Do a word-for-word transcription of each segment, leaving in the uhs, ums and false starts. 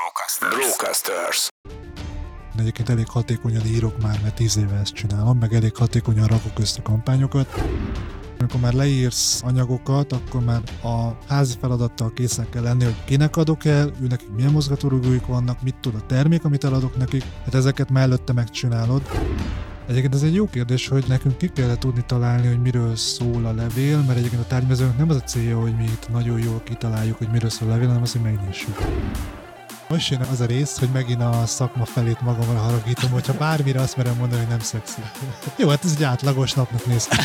Brocasters. Brocasters. Egyébként elég hatékonyan írok már, mert tíz éve ezt csinálom, meg elég hatékonyan rakok össze kampányokat. Amikor már leírsz anyagokat, akkor már a házi feladattal készen kell lenni, hogy kinek adok el, ő nekik milyen mozgatórugóik vannak, mit tud a termék, amit eladok nekik, hát ezeket már előtte megcsinálod. Egyébként ez egy jó kérdés, hogy nekünk ki kellett tudni találni, hogy miről szól a levél, mert egyébként a tárgymezőnek nem az a célja, hogy mi itt nagyon jól kitaláljuk, hogy miről szól a levél, hanem az, hogy megnyissuk. Most jön az a rész, hogy megint a szakma felét magamra haragítom, hogyha bármire azt merem mondani, hogy nem szexi. Jó, hát ez egy átlagos napnak néz ki.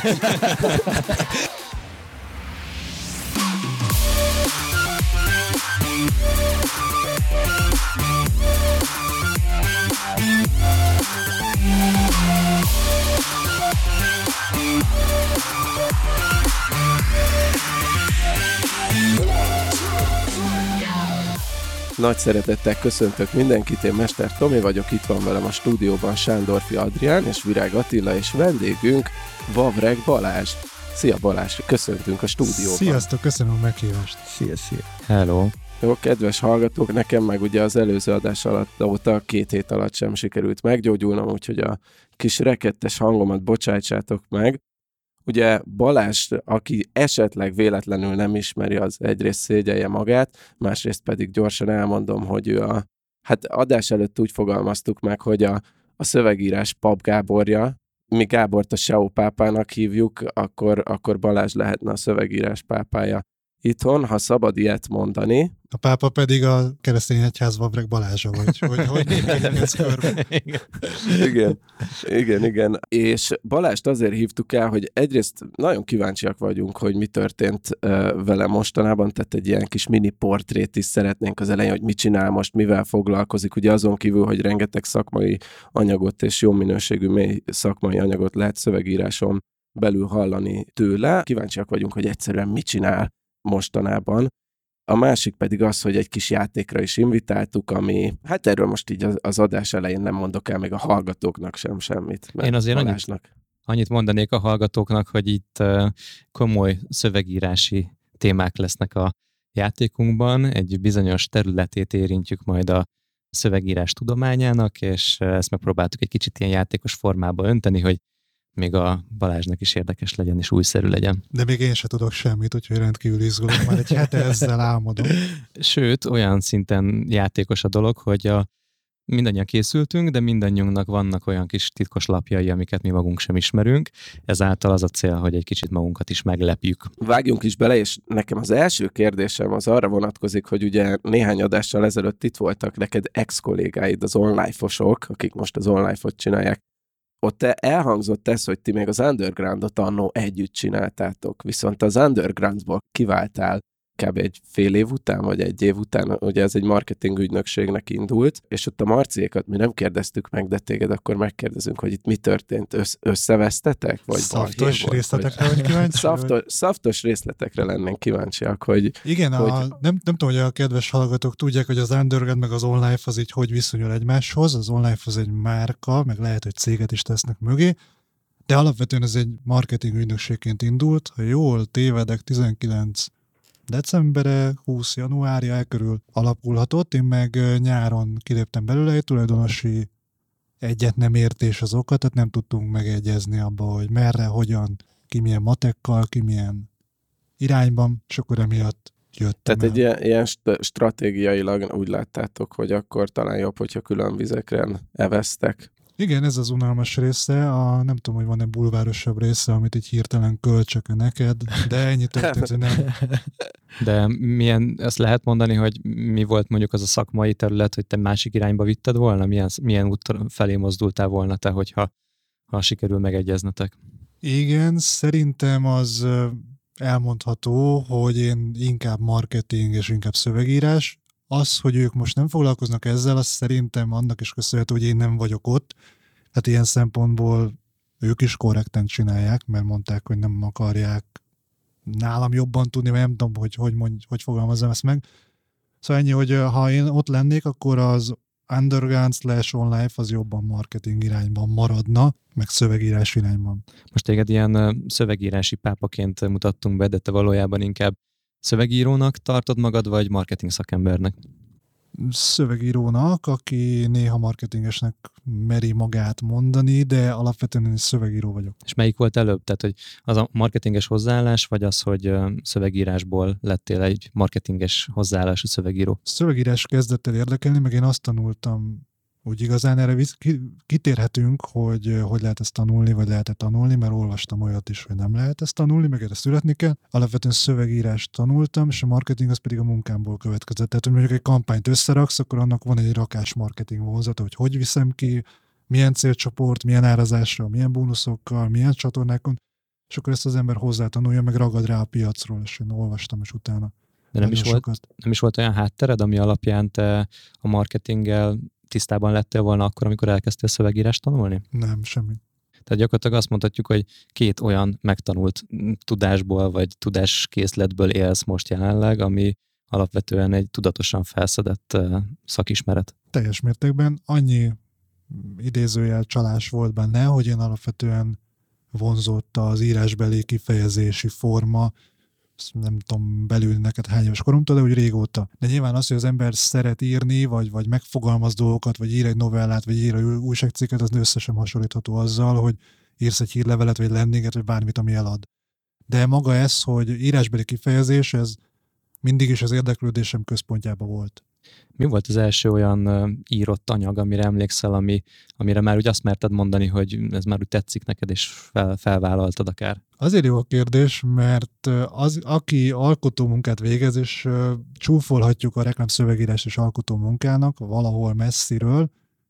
Nagy szeretettel köszöntök mindenkit, én Mester Tomi vagyok, itt van velem a stúdióban Sándorfi Adrián és Virág Attila, és vendégünk Vavreg Balázs. Szia Balázs, köszöntünk a stúdióban. Sziasztok, köszönöm a meghívást. Szia, szia. Hello. Jó, kedves hallgatók, nekem meg ugye az előző adás alatt, óta két hét alatt sem sikerült meggyógyulnom, úgyhogy a kis rekettes hangomat bocsájtsátok meg. Ugye Balázs, aki esetleg véletlenül nem ismeri, az egyrészt szégyelje magát, másrészt pedig gyorsan elmondom, hogy ő a, hát adás előtt úgy fogalmaztuk meg, hogy a, a szövegírás Pap Gáborja, mi Gábort a S E O pápának hívjuk, akkor, akkor Balázs lehetne a szövegírás pápája itthon, ha szabad ilyet mondani. A pápa pedig a keresztény egyház Vavreg Balázsa, vagy hogy, hogy ez körbe. Igen, igen, igen. És Balást azért hívtuk el, hogy egyrészt nagyon kíváncsiak vagyunk, hogy mi történt uh, vele mostanában, tehát egy ilyen kis mini portrét is szeretnénk az elején, hogy mit csinál most, mivel foglalkozik. Ugye azon kívül, hogy rengeteg szakmai anyagot és jó minőségű mély szakmai anyagot lehet szövegíráson belül hallani tőle. Kíváncsiak vagyunk, hogy egyszerűen mit csinál mostanában. A másik pedig az, hogy egy kis játékra is invitáltuk, ami, hát erről most így az, az adás elején nem mondok el még a hallgatóknak sem semmit. Én azért annyit, annyit mondanék a hallgatóknak, hogy itt uh, komoly szövegírási témák lesznek a játékunkban, egy bizonyos területét érintjük majd a szövegírás tudományának, és uh, ezt megpróbáltuk egy kicsit ilyen játékos formába önteni, hogy még a Balázsnak is érdekes legyen, és újszerű legyen. De még én se tudok semmit, úgyhogy rendkívül izgulok, már egy hete ezzel álmodom. Sőt, olyan szinten játékos a dolog, hogy a, mindannyian készültünk, de mindannyiunknak vannak olyan kis titkos lapjai, amiket mi magunk sem ismerünk. Ezáltal az a cél, hogy egy kicsit magunkat is meglepjük. Vágjunk is bele, és nekem az első kérdésem az arra vonatkozik, hogy ugye néhány adással ezelőtt itt voltak neked ex-kollégáid, az online-fosok, akik most az online-fot csinálják. Ott elhangzott ez, hogy ti még az undergroundot annó együtt csináltátok, viszont az undergroundból kiváltál kb. Egy fél év után, vagy egy év után, ugye ez egy marketing ügynökségnek indult, és ott a Marciékat mi nem kérdeztük meg, de téged akkor megkérdezünk, hogy itt mi történt, Össz- összevesztetek? Vagy szaftos részletekre vagy kíváncsi? Szaftos, szaftos részletekre lennénk kíváncsiak, hogy... Igen, hogy... A, nem, nem tudom, hogy a kedves hallgatók tudják, hogy az underground meg az online az így hogy viszonyul egymáshoz. Az online az egy márka, meg lehet, hogy céget is tesznek mögé, de alapvetően ez egy marketing ügynökségként indult. Ha jól tévedek, tizenkilenc decembere, húsz januárja elkörül alakulhatott, én meg nyáron kiléptem belőle, egy tulajdonosi egyet nem értés az oka, tehát nem tudtunk megegyezni abba, hogy merre, hogyan, ki milyen matekkal, ki milyen irányban, és akkor emiatt jöttem Tehát el. egy ilyen, ilyen stratégiailag úgy láttátok, hogy akkor talán jobb, hogyha külön vizekren eveztek. Igen, ez az unalmas része, a, nem tudom, hogy van-e bulvárosabb része, amit így hirtelen költsök neked, de ennyi történt, hogy nem. De milyen, ezt lehet mondani, hogy mi volt mondjuk az a szakmai terület, hogy te másik irányba vitted volna? Milyen, milyen út felé mozdultál volna te, hogyha ha sikerül megegyeznetek? Igen, szerintem az elmondható, hogy én inkább marketing és inkább szövegírás. Az, hogy ők most nem foglalkoznak ezzel, az szerintem annak is köszönhető, hogy én nem vagyok ott. Hát ilyen szempontból ők is korrekten csinálják, mert mondták, hogy nem akarják nálam jobban tudni, vagy nem tudom, hogy hogy, mondj, hogy fogalmazzam ezt meg. Szóval ennyi, hogy ha én ott lennék, akkor az underground slash online az jobban marketing irányban maradna, meg szövegírás irányban. Most téged ilyen szövegírási pápaként mutattunk be, de te valójában inkább szövegírónak tartod magad, vagy marketing szakembernek? szövegírónak, aki néha marketingesnek meri magát mondani, de alapvetően én szövegíró vagyok. És melyik volt előbb? Tehát, hogy az a marketinges hozzáállás, vagy az, hogy szövegírásból lettél egy marketinges hozzáállású szövegíró? Szövegírás kezdett el érdekelni, meg én azt tanultam, úgy igazán erre visz, kitérhetünk, hogy hogy lehet ezt tanulni, vagy lehet-e tanulni, mert olvastam olyat is, hogy nem lehet ezt tanulni, meg erre születni kell. Alapvetően szövegírást tanultam, és a marketing az pedig a munkámból következett. Tehát, hogy mondjuk egy kampányt összeraksz, akkor annak van egy rakás marketing vonzata, hogy hogy viszem ki, milyen célcsoport, milyen árazásra, milyen bónuszokkal, milyen csatornákon, és akkor ezt az ember hozzátanulja, meg ragad rá a piacról, és én olvastam is utána. De nem is, volt, nem is volt olyan háttered, ami alapján te a marketinggel tisztában lettél volna akkor, amikor elkezdtél szövegírást tanulni? Nem, semmi. Tehát gyakorlatilag azt mondhatjuk, hogy két olyan megtanult tudásból, vagy tudáskészletből élsz most jelenleg, ami alapvetően egy tudatosan felszedett szakismeret. Teljes mértékben. Annyi idézőjel csalás volt benne, hogy én alapvetően vonzott az írásbeli kifejezési forma, nem tudom belül neked hány éves koromtól, de úgy régóta. De nyilván az, hogy az ember szeret írni, vagy, vagy megfogalmaz dolgokat, vagy ír egy novellát, vagy ír egy újságcikket, az összesen hasonlítható azzal, hogy írsz egy hírlevelet, vagy landinget, vagy bármit, ami elad. De maga ez, hogy írásbeli kifejezés, ez mindig is az érdeklődésem központjában volt. Mi volt az első olyan uh, írott anyag, amire emlékszel, ami, amire már úgy azt merted mondani, hogy ez már úgy tetszik neked, és fel, felvállaltad akár? Azért jó a kérdés, mert az, aki alkotó munkát végez, és uh, csúfolhatjuk a reklámszövegírás és alkotó munkának valahol messziről,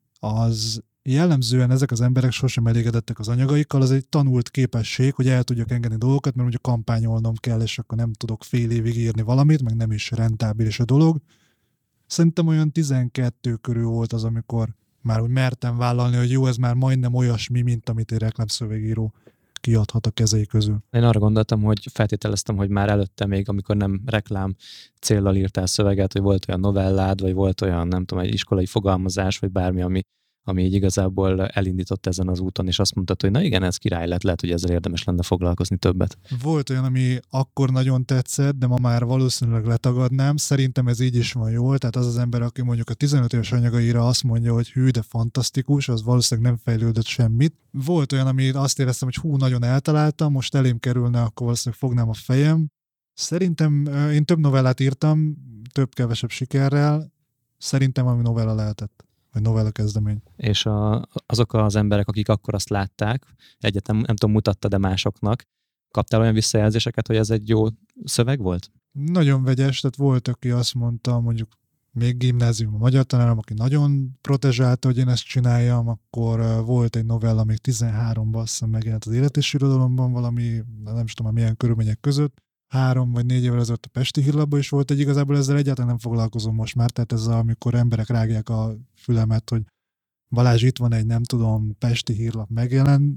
az jellemzően ezek az emberek sosem elégedettek az anyagaikkal, az egy tanult képesség, hogy el tudjak engedni dolgokat, mert ugye kampányolnom kell, és akkor nem tudok fél évig írni valamit, meg nem is rentábilis a dolog. Szerintem olyan tizenkettő körül volt az, amikor már úgy mertem vállalni, hogy jó, ez már majdnem olyasmi, mint amit egy reklámszövegíró kiadhat a kezei közül. Én arra gondoltam, hogy feltételeztem, hogy már előtte még, amikor nem reklám céllal írtál szöveget, hogy volt olyan novellád, vagy volt olyan, nem tudom, egy iskolai fogalmazás, vagy bármi, ami, ami így igazából elindított ezen az úton, és azt mondtad, hogy na igen, ez király lett, lehet, hogy ezzel érdemes lenne foglalkozni többet. Volt olyan, ami akkor nagyon tetszett, de ma már valószínűleg letagadnám. Szerintem ez így is van jól, tehát az az ember, aki mondjuk a tizenöt éves anyagaira azt mondja, hogy hű, de fantasztikus, az valószínűleg nem fejlődött semmit. Volt olyan, ami azt éreztem, hogy hú, nagyon eltaláltam, most elém kerülne, akkor valószínűleg fognám a fejem. Szerintem én több novellát írtam, több-kevesebb sikerrel, szerintem ami novella lehetett. Vagy novella kezdemény. És a, azok az emberek, akik akkor azt látták, egyetem, nem tudom, mutatta, de másoknak, kaptál olyan visszajelzéseket, hogy ez egy jó szöveg volt? Nagyon vegyes, tehát volt, aki azt mondta, mondjuk még gimnázium a magyar tanárom, aki nagyon protezsálta, hogy én ezt csináljam, akkor volt egy novella, még tizenháromban azt hiszem megjelent az Élet és Irodalomban valami, nem tudom, milyen körülmények között, három vagy négy évvel ezelőtt a Pesti Hírlapban is volt egy, igazából ezzel egyáltalán nem foglalkozom most már, tehát ez amikor emberek rágják a fülemet, hogy Balázs, itt van egy, nem tudom, Pesti Hírlap megjelent,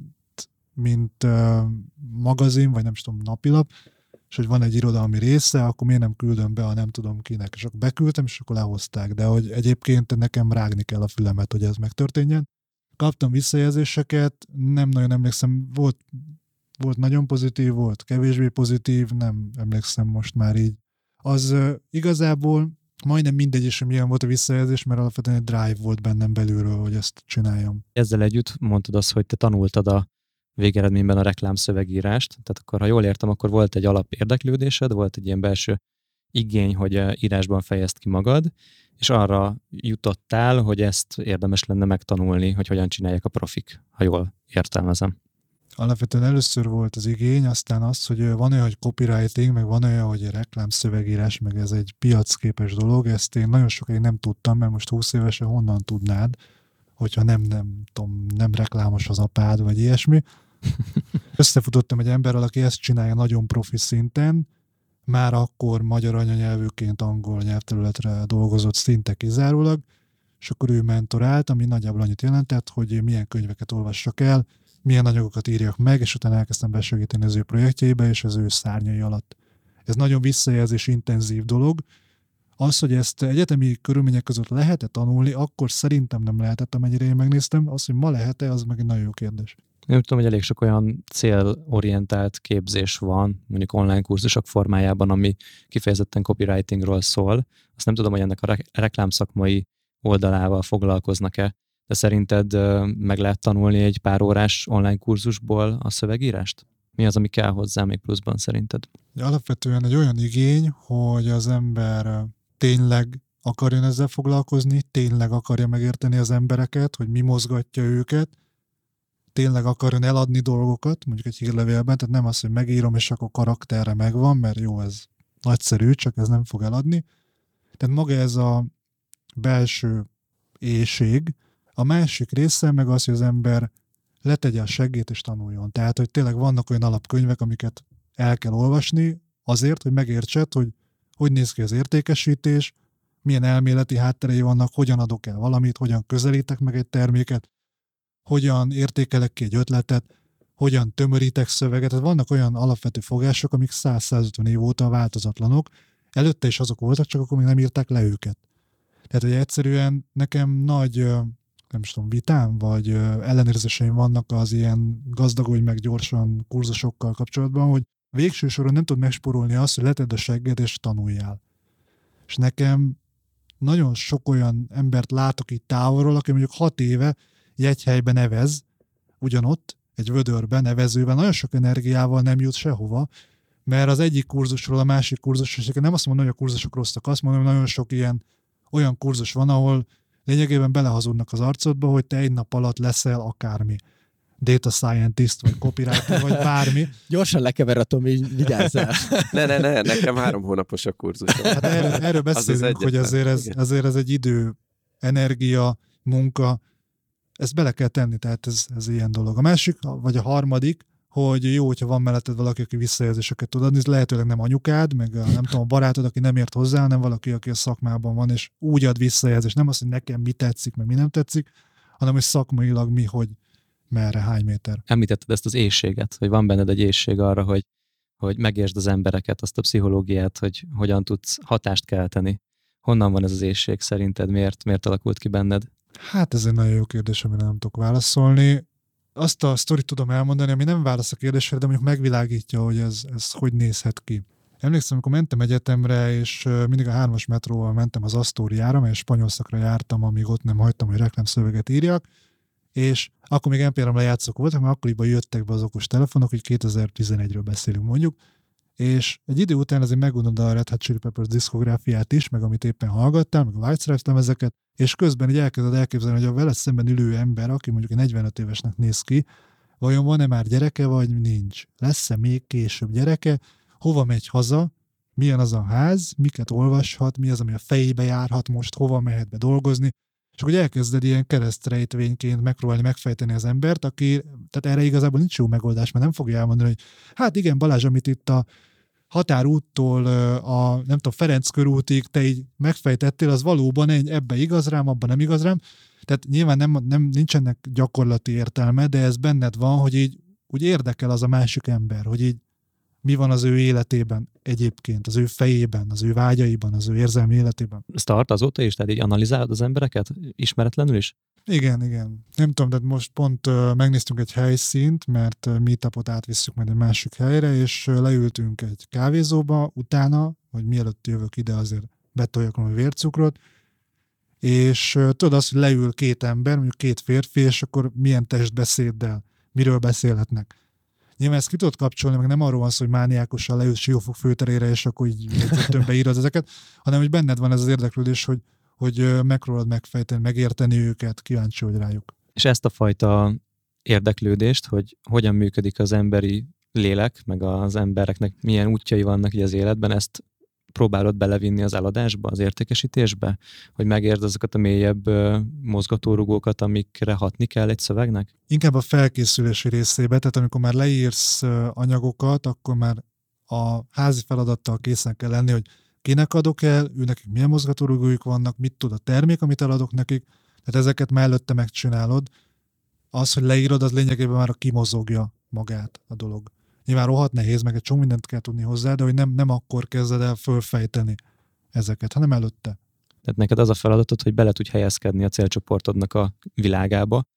mint uh, magazin, vagy nem tudom, napilap, és hogy van egy irodalmi része, akkor miért nem küldöm be a nem tudom kinek, és akkor beküldtem, és akkor lehozták, de hogy egyébként nekem rágni kell a fülemet, hogy ez megtörténjen. Kaptam visszajelzéseket, nem nagyon emlékszem, volt Volt nagyon pozitív, volt kevésbé pozitív, nem emlékszem most már így. Az uh, igazából majdnem mindegy is, hogy milyen volt a visszajelzés, mert alapvetően egy drive volt bennem belülről, hogy ezt csináljam. Ezzel együtt mondtad azt, hogy te tanultad a végeredményben a reklámszövegírást, tehát akkor, ha jól értem, akkor volt egy alap érdeklődésed, volt egy ilyen belső igény, hogy írásban fejezd ki magad, és arra jutottál, hogy ezt érdemes lenne megtanulni, hogy hogyan csinálják a profik, ha jól értelmezem. Alapvetően először volt az igény, aztán az, hogy van olyan, hogy copywriting, meg van olyan, hogy reklámszövegírás, meg ez egy piacképes dolog, ezt én nagyon sokáig nem tudtam, mert most húsz évesen honnan tudnád, hogyha nem, nem tudom, nem reklámos az apád, vagy ilyesmi. Összefutottam egy emberrel, aki ezt csinálja nagyon profi szinten, már akkor magyar anyanyelvűként angol nyelvterületre dolgozott szinte kizárólag, és akkor ő mentorált, ami nagyjából annyit jelentett, hogy milyen könyveket olvassak el, milyen anyagokat írjak meg, és utána elkezdtem besegíteni az ő projektjeibe, és az ő szárnyai alatt. Ez nagyon visszajelzés intenzív dolog. Az, hogy ezt egyetemi körülmények között lehet-e tanulni, akkor szerintem nem lehetett, amennyire én megnéztem. Az, hogy ma lehet-e, az meg egy nagyon jó kérdés. Én tudom, hogy elég sok olyan célorientált képzés van, mondjuk online kurzusok formájában, ami kifejezetten copywritingról szól. Azt nem tudom, hogy ennek a re- reklámszakmai oldalával foglalkoznak-e, de szerinted meg lehet tanulni egy pár órás online kurzusból a szövegírást? Mi az, ami kell hozzá még pluszban szerinted? Alapvetően egy olyan igény, hogy az ember tényleg akarjon ezzel foglalkozni, tényleg akarja megérteni az embereket, hogy mi mozgatja őket, tényleg akarjon eladni dolgokat, mondjuk egy hírlevélben, tehát nem az, hogy megírom, és akkor karakterre megvan, mert jó, ez nagyszerű, csak ez nem fog eladni. Tehát maga ez a belső éhség. A másik része meg az, hogy az ember letegye a seggét és tanuljon. Tehát, hogy tényleg vannak olyan alapkönyvek, amiket el kell olvasni azért, hogy megértsed, hogy hogy néz ki az értékesítés, milyen elméleti hátterei vannak, hogyan adok el valamit, hogyan közelítek meg egy terméket, hogyan értékelek ki egy ötletet, hogyan tömörítek szöveget. Tehát vannak olyan alapvető fogások, amik száz-százötven év óta változatlanok. Előtte is azok voltak, csak akkor még nem írták le őket. Tehát, hogy egyszerűen nekem nagy, nem is tudom, vitám, vagy ellenőrzéseim vannak az ilyen gazdagolj meg gyorsan kurzusokkal kapcsolatban, hogy végső soron nem tud megspórolni azt, hogy letedd a segged és tanuljál. És nekem nagyon sok olyan embert látok itt távolról, aki mondjuk hat éve jegyhelyben nevez, ugyanott, egy vödörben, nevezőben, nagyon sok energiával nem jut sehova, mert az egyik kurzusról a másik kurzus, és nem azt mondom, hogy a kurzusok rosszak, azt mondom, hogy nagyon sok ilyen olyan kurzus van, ahol lényegében belehazudnak az arcodba, hogy te egy nap alatt leszel akármi. Data scientist, vagy copywriter, vagy bármi. Gyorsan lekever a Tomi, vigyázzál. ne, ne, ne, nekem három hónapos a kurzus. Hát erről, erről beszélünk, az az hogy azért ez, azért ez egy idő, energia, munka, ezt bele kell tenni, tehát ez, ez ilyen dolog. A másik, vagy a harmadik, hogy jó, hogyha van melletted valaki, aki visszajelzéseket tud adni, ez lehetőleg nem anyukád, meg a, nem tudom, a barátod, aki nem ért hozzá, hanem valaki, aki a szakmában van, és úgy ad visszajelzést. Nem az, hogy nekem mi tetszik, meg mi nem tetszik, hanem hogy szakmailag mi, hogy merre, hány méter. Említetted ezt az éhséget, hogy van benned egy éhség arra, hogy, hogy megértsd az embereket, azt a pszichológiát, hogy hogyan tudsz hatást kelteni. Honnan van ez az éhség szerinted? Miért, miért alakult ki benned? Hát ez egy nagyon jó kérdés, amire nem tudok válaszolni. Azt a sztorit tudom elmondani, ami nem válasz a kérdésre, de mondjuk megvilágítja, hogy ez, ez hogy nézhet ki. Emlékszem, amikor mentem egyetemre, és mindig a hármas metróval mentem az Asztóriára, mert spanyol szakra jártam, amíg ott nem hagytam, hogy reklámszöveget írjak, és akkor még em pé három lejátszók voltak, mert akkoriban jöttek be az okos telefonok, hogy kétezer-tizenegyről beszélünk mondjuk, és egy idő után azért megunod a Red Hot Chili Peppers diszkográfiát is, meg amit éppen hallgattál, meg a White Stripes lemezeket, és közben így elkezded elképzelni, hogy a veled szemben ülő ember, aki mondjuk egy negyvenöt évesnek néz ki, vajon van-e már gyereke, vagy nincs? Lesz-e még később gyereke? Hova megy haza? Milyen az a ház? Miket olvashat? Mi az, ami a fejébe járhat most? Hova mehet be dolgozni? És akkor elkezded ilyen keresztrejtvényként megpróbálni megfejteni az embert, aki, tehát erre igazából nincs jó megoldás, mert nem fogja elmondani, hogy hát igen, Balázs, amit itt a határúttól a, nem tudom, Ferenc körútig te így megfejtettél, az valóban egy, ebbe igaz rám, abban nem igaz rám. Tehát nyilván nem, nem, nincsenek gyakorlati értelme, de ez benned van, hogy így úgy érdekel az a másik ember, hogy így mi van az ő életében egyébként, az ő fejében, az ő vágyaiban, az ő érzelmi életében. Ez tart azóta is? Tehát így analizálod az embereket ismeretlenül is? Igen, igen. Nem tudom, de most pont uh, megnéztünk egy helyszínt, mert uh, meetupot átvisszük majd egy másik helyre, és uh, leültünk egy kávézóba utána, hogy mielőtt jövök ide, azért betoljak a vércukrot, és uh, tudod azt, hogy leül két ember, mondjuk két férfi, és akkor milyen testbeszéddel, miről beszélhetnek. Nyilván ezt ki tudod kapcsolni, meg nem arról van szó, hogy mániákusan leülsz Siófok főterére, és akkor így többe írod ezeket, hanem hogy benned van ez az érdeklődés, hogy, hogy megpróbálod megfejteni, megérteni őket, kíváncsi vagy rájuk. És ezt a fajta érdeklődést, hogy hogyan működik az emberi lélek, meg az embereknek milyen útjai vannak így az életben, ezt próbálod belevinni az eladásba, az értékesítésbe, hogy megérd azokat a mélyebb mozgatórugókat, amikre hatni kell egy szövegnek? Inkább a felkészülési részébe, tehát amikor már leírsz anyagokat, akkor már a házi feladattal készen kell lenni, hogy kinek adok el, ő nekik milyen mozgatórugóik vannak, mit tud a termék, amit eladok nekik, tehát ezeket már előtte megcsinálod. Az, hogy leírod, az lényegében már a kimozogja magát a dolog. Nyilván rohadt nehéz, meg egy csomó mindent kell tudni hozzá, de hogy nem, nem akkor kezded el fölfejteni ezeket, hanem előtte. Tehát neked az a feladatod, hogy bele tudj helyezkedni a célcsoportodnak a világába,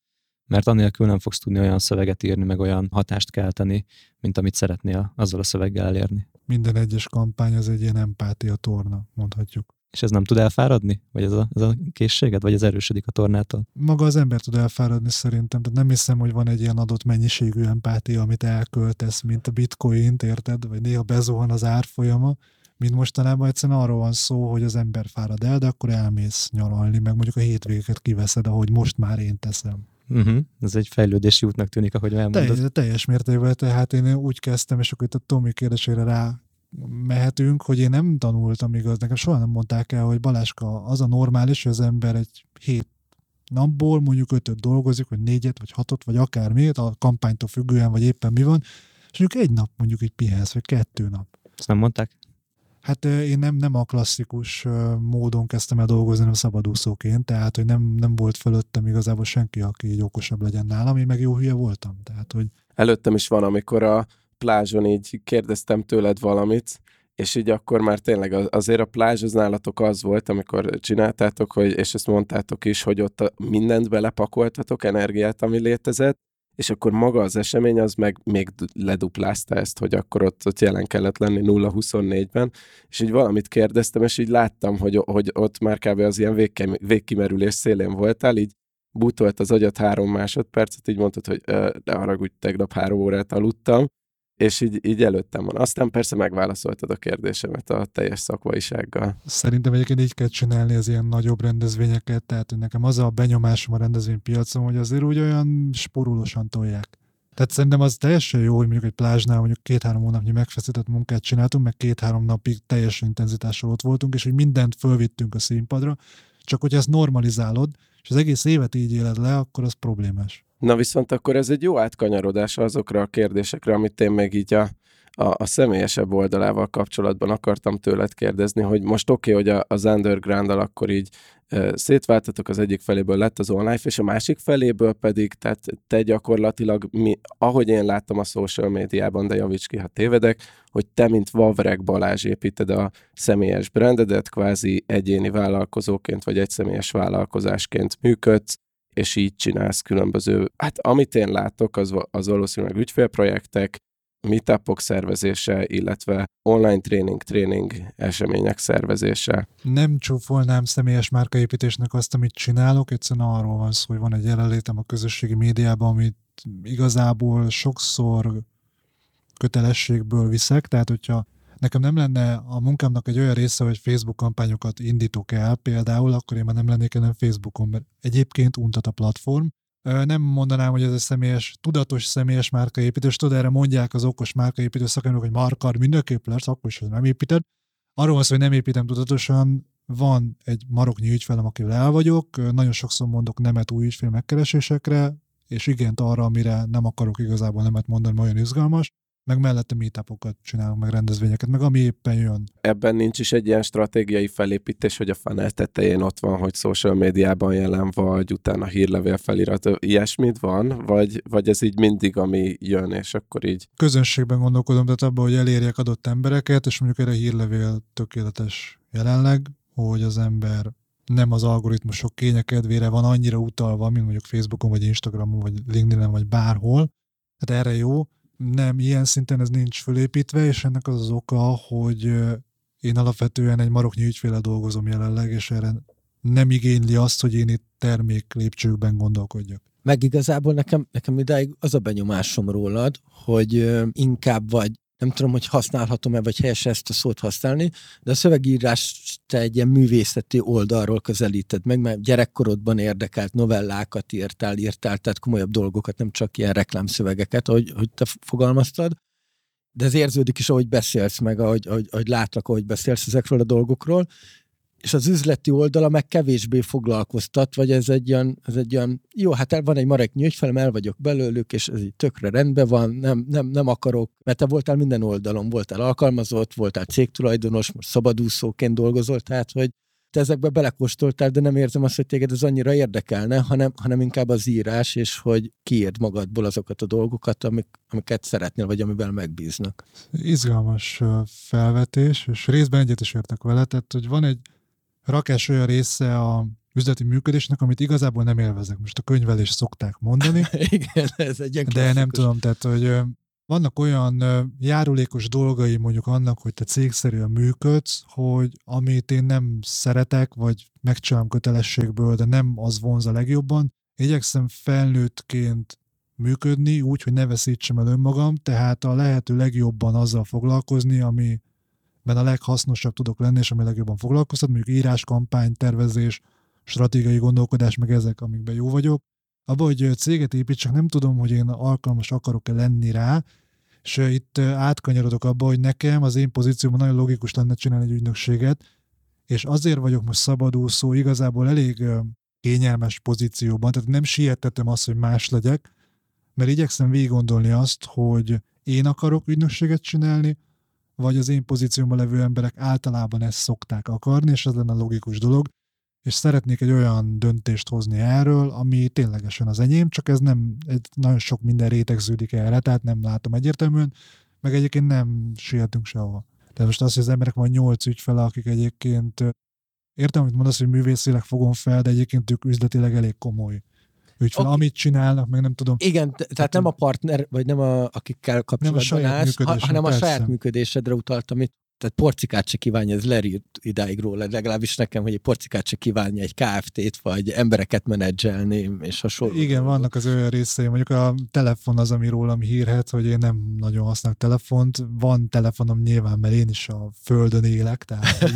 mert anélkül nem fogsz tudni olyan szöveget írni, meg olyan hatást kelteni, mint amit szeretnél azzal a szöveggel elérni. Minden egyes kampány az egy ilyen empátia torna, mondhatjuk. És ez nem tud elfáradni? Vagy ez a, ez a készséged? Vagy ez erősödik a tornától? Maga az ember tud elfáradni szerintem, tehát nem hiszem, hogy van egy ilyen adott mennyiségű empátia, amit elköltesz, mint a bitcoint, érted? Vagy néha bezuhan az árfolyama, mint mostanában egyszerűen arról van szó, hogy az ember fárad el, de akkor elmész nyaralni, meg mondjuk a hétvégeket kiveszed, ahogy most már én teszem. Uh-huh. Ez egy fejlődési útnak tűnik, ahogy elmondod. Teljes, teljes mértékben, tehát én úgy kezdtem, és akkor itt a Tomi kérdésére rá mehetünk, hogy én nem tanultam igaz, nekem soha nem mondták el, hogy Baláska, az a normális, hogy az ember egy hét napból mondjuk ötöt dolgozik, vagy négyet, vagy hatot, vagy akármiért, a kampánytól függően, vagy éppen mi van, és mondjuk egy nap mondjuk így pihensz, vagy kettő nap. Ezt nem mondták? Hát én nem, nem a klasszikus módon kezdtem el dolgozni, hanem szabadúszóként, tehát hogy nem, nem volt fölöttem igazából senki, aki így okosabb legyen nálam, én meg jó hülye voltam. Tehát, hogy... Előttem is van, amikor a plázson így kérdeztem tőled valamit, és így akkor már tényleg azért a plázs az nálatok az volt, amikor csináltátok, hogy, és ezt mondtátok is, hogy ott a, mindent belepakoltatok, energiát, ami létezett, és akkor maga az esemény az meg még leduplázta ezt, hogy akkor ott, ott jelen kellett lenni nulla huszonnégyben, és így valamit kérdeztem, és így láttam, hogy, hogy ott már kb. Az ilyen végkem, végkimerülés szélén voltál, így bútolt az agyat három másodpercet, így mondtad, hogy de haragudj, tegnap három órát aludtam, és így, így előttem van. Aztán persze megválaszoltad a kérdésemet a teljes szakmaisággal. Szerintem egyébként így kell csinálni az ilyen nagyobb rendezvényeket, tehát hogy nekem az a benyomásom a rendezvénypiacon, hogy azért úgy olyan sporulósan tolják. Tehát szerintem az teljesen jó, hogy mondjuk egy plázsnál mondjuk két-három hónapnyi megfeszített munkát csináltunk, meg két-három napig teljes intenzitással ott voltunk, és hogy mindent fölvittünk a színpadra, csak hogyha ezt normalizálod, és az egész évet így éled le, akkor az problémás. Na viszont akkor ez egy jó átkanyarodás azokra a kérdésekre, amit én még így a, a, a személyesebb oldalával kapcsolatban akartam tőled kérdezni, hogy most oké, okay, hogy a, az underground-dal akkor így e, szétváltatok, az egyik feléből lett az online, és a másik feléből pedig, tehát te gyakorlatilag, mi, ahogy én láttam a social médiában, de javíts ki, ha tévedek, hogy te, mint Vavreg Balázs építed a személyes brandedet, kvázi egyéni vállalkozóként, vagy egyszemélyes vállalkozásként működsz, és így csinálsz különböző, hát amit én látok, az, az valószínűleg ügyfélprojektek, meetupok szervezése, illetve online tréning, tréning események szervezése. Nem csúfolnám személyes márkaépítésnek azt, amit csinálok, egyszerűen arról van szó, hogy van egy jelenlétem a közösségi médiában, amit igazából sokszor kötelességből viszek, tehát hogyha nekem nem lenne a munkámnak egy olyan része, hogy Facebook kampányokat indítok el például, akkor én már nem lennék ellen Facebookon, mert egyébként untat a platform. Nem mondanám, hogy ez egy személyes, tudatos személyes márkaépítés, tudod, erre mondják az okos márkaépítő szakemberek, hogy márkad mindenképp lesz, akkor is nem építed. Arról van szó, hogy nem építem tudatosan, van egy maroknyi ügyfelem, akivel el vagyok, nagyon sokszor mondok nemet új ügyfél megkeresésekre, és igent arra, amire nem akarok igazából nemet mondani, mert olyan izgalmas, meg mellette meetupokat csinálunk, meg rendezvényeket, meg ami éppen jön. Ebben nincs is egy ilyen stratégiai felépítés, hogy a funnel tetején ott van, hogy social médiában jelen vagy, utána hírlevél felirat, ilyesmit van, vagy, vagy ez így mindig, ami jön, és akkor így... Közönségben gondolkodom, tehát abban, hogy elérjek adott embereket, és mondjuk erre hírlevél tökéletes jelenleg, hogy az ember nem az algoritmusok kényekedvére van annyira utalva, mint mondjuk Facebookon, vagy Instagramon, vagy LinkedInen, vagy bárhol. Tehát erre jó. Nem, ilyen szinten ez nincs fölépítve, és ennek az az oka, hogy én alapvetően egy maroknyi ügyféllel dolgozom jelenleg, és erre nem igényli azt, hogy én itt termék lépcsőkben gondolkodjak. Meg igazából nekem, nekem idáig az a benyomásom rólad, hogy inkább vagy, nem tudom, hogy használhatom-e, vagy helyes ezt a szót használni, de a szövegírás te egy ilyen művészeti oldalról közelíted meg, mert gyerekkorodban érdekelt novellákat írtál, írtál, tehát komolyabb dolgokat, nem csak ilyen reklámszövegeket, ahogy, ahogy te fogalmaztad, de ez érződik is, ahogy beszélsz meg, ahogy, ahogy, ahogy látlak, ahogy beszélsz ezekről a dolgokról, és az üzleti oldala meg kevésbé foglalkoztat, vagy ez egy olyan, ez egy olyan jó, hát el van egy mareknyi ügyfelem, el vagyok belőlük, és ez így tökre rendben van, nem, nem, nem akarok, mert te voltál minden oldalon, voltál alkalmazott, voltál cégtulajdonos, most szabadúszóként dolgozol, tehát, hogy te ezekbe belekóstoltál, de nem érzem azt, hogy téged ez annyira érdekelne, hanem, hanem inkább az írás, és hogy kiírd magadból azokat a dolgokat, amik, amiket szeretnél, vagy amivel megbíznak. Izgalmas felvetés, és részben egyet is értek vele, tehát, hogy van egy rakás olyan része a üzleti működésnek, amit igazából nem élvezek. Most a könyvelést szokták mondani. Igen, ez egy ilyen de nem klasszikus. tudom, tehát, hogy vannak olyan járulékos dolgai mondjuk annak, hogy te cégszerűen működsz, hogy amit én nem szeretek, vagy megcsinálom kötelességből, de nem az vonz a legjobban. Igyekszem felnőttként működni úgy, hogy ne veszítsem el önmagam, tehát a lehető legjobban azzal foglalkozni, amiben a leghasznosabb tudok lenni, és ami legjobban foglalkoztat, mondjuk írás, kampány, tervezés, stratégiai gondolkodás, meg ezek, amikben jó vagyok. Abban, hogy céget építsek, nem tudom, hogy én alkalmas akarok-e lenni rá, és itt átkanyarodok abba, hogy nekem az én pozícióban nagyon logikus lenne csinálni egy ügynökséget, és azért vagyok most szabadúszó, igazából elég kényelmes pozícióban, tehát nem sietetem azt, hogy más legyek, mert igyekszem végig gondolni azt, hogy én akarok ügynökséget csinálni, vagy az én pozíciómban levő emberek általában ezt szokták akarni, és ez lenne a logikus dolog, és szeretnék egy olyan döntést hozni erről, ami ténylegesen az enyém, csak ez nem, egy, nagyon sok minden rétegződik erre, tehát nem látom egyértelműen, meg egyébként nem sietünk sehova. Tehát most az, hogy az emberek van nyolc ügyfele, akik egyébként, értem, amit mondasz, hogy művészileg fogom fel, de egyébként ők üzletileg elég komoly ügyfele, okay. Amit csinálnak, meg nem tudom. Igen, tehát hát, nem a partner, vagy nem a, akikkel kapcsolatban állsz, ha, hanem persze. A saját működésedre utaltam itt. Tehát porcikát se kívánja, ez lerít idáig róla, legalábbis nekem, hogy egy porcikát se kívánja egy ká ef té-t, vagy embereket menedzselni, és hasonló. Igen, dolgok. Vannak az olyan részei, mondjuk a telefon az, ami rólam hírhet, hogy én nem nagyon használok telefont. Van telefonom nyilván, mert én is a földön élek, tehát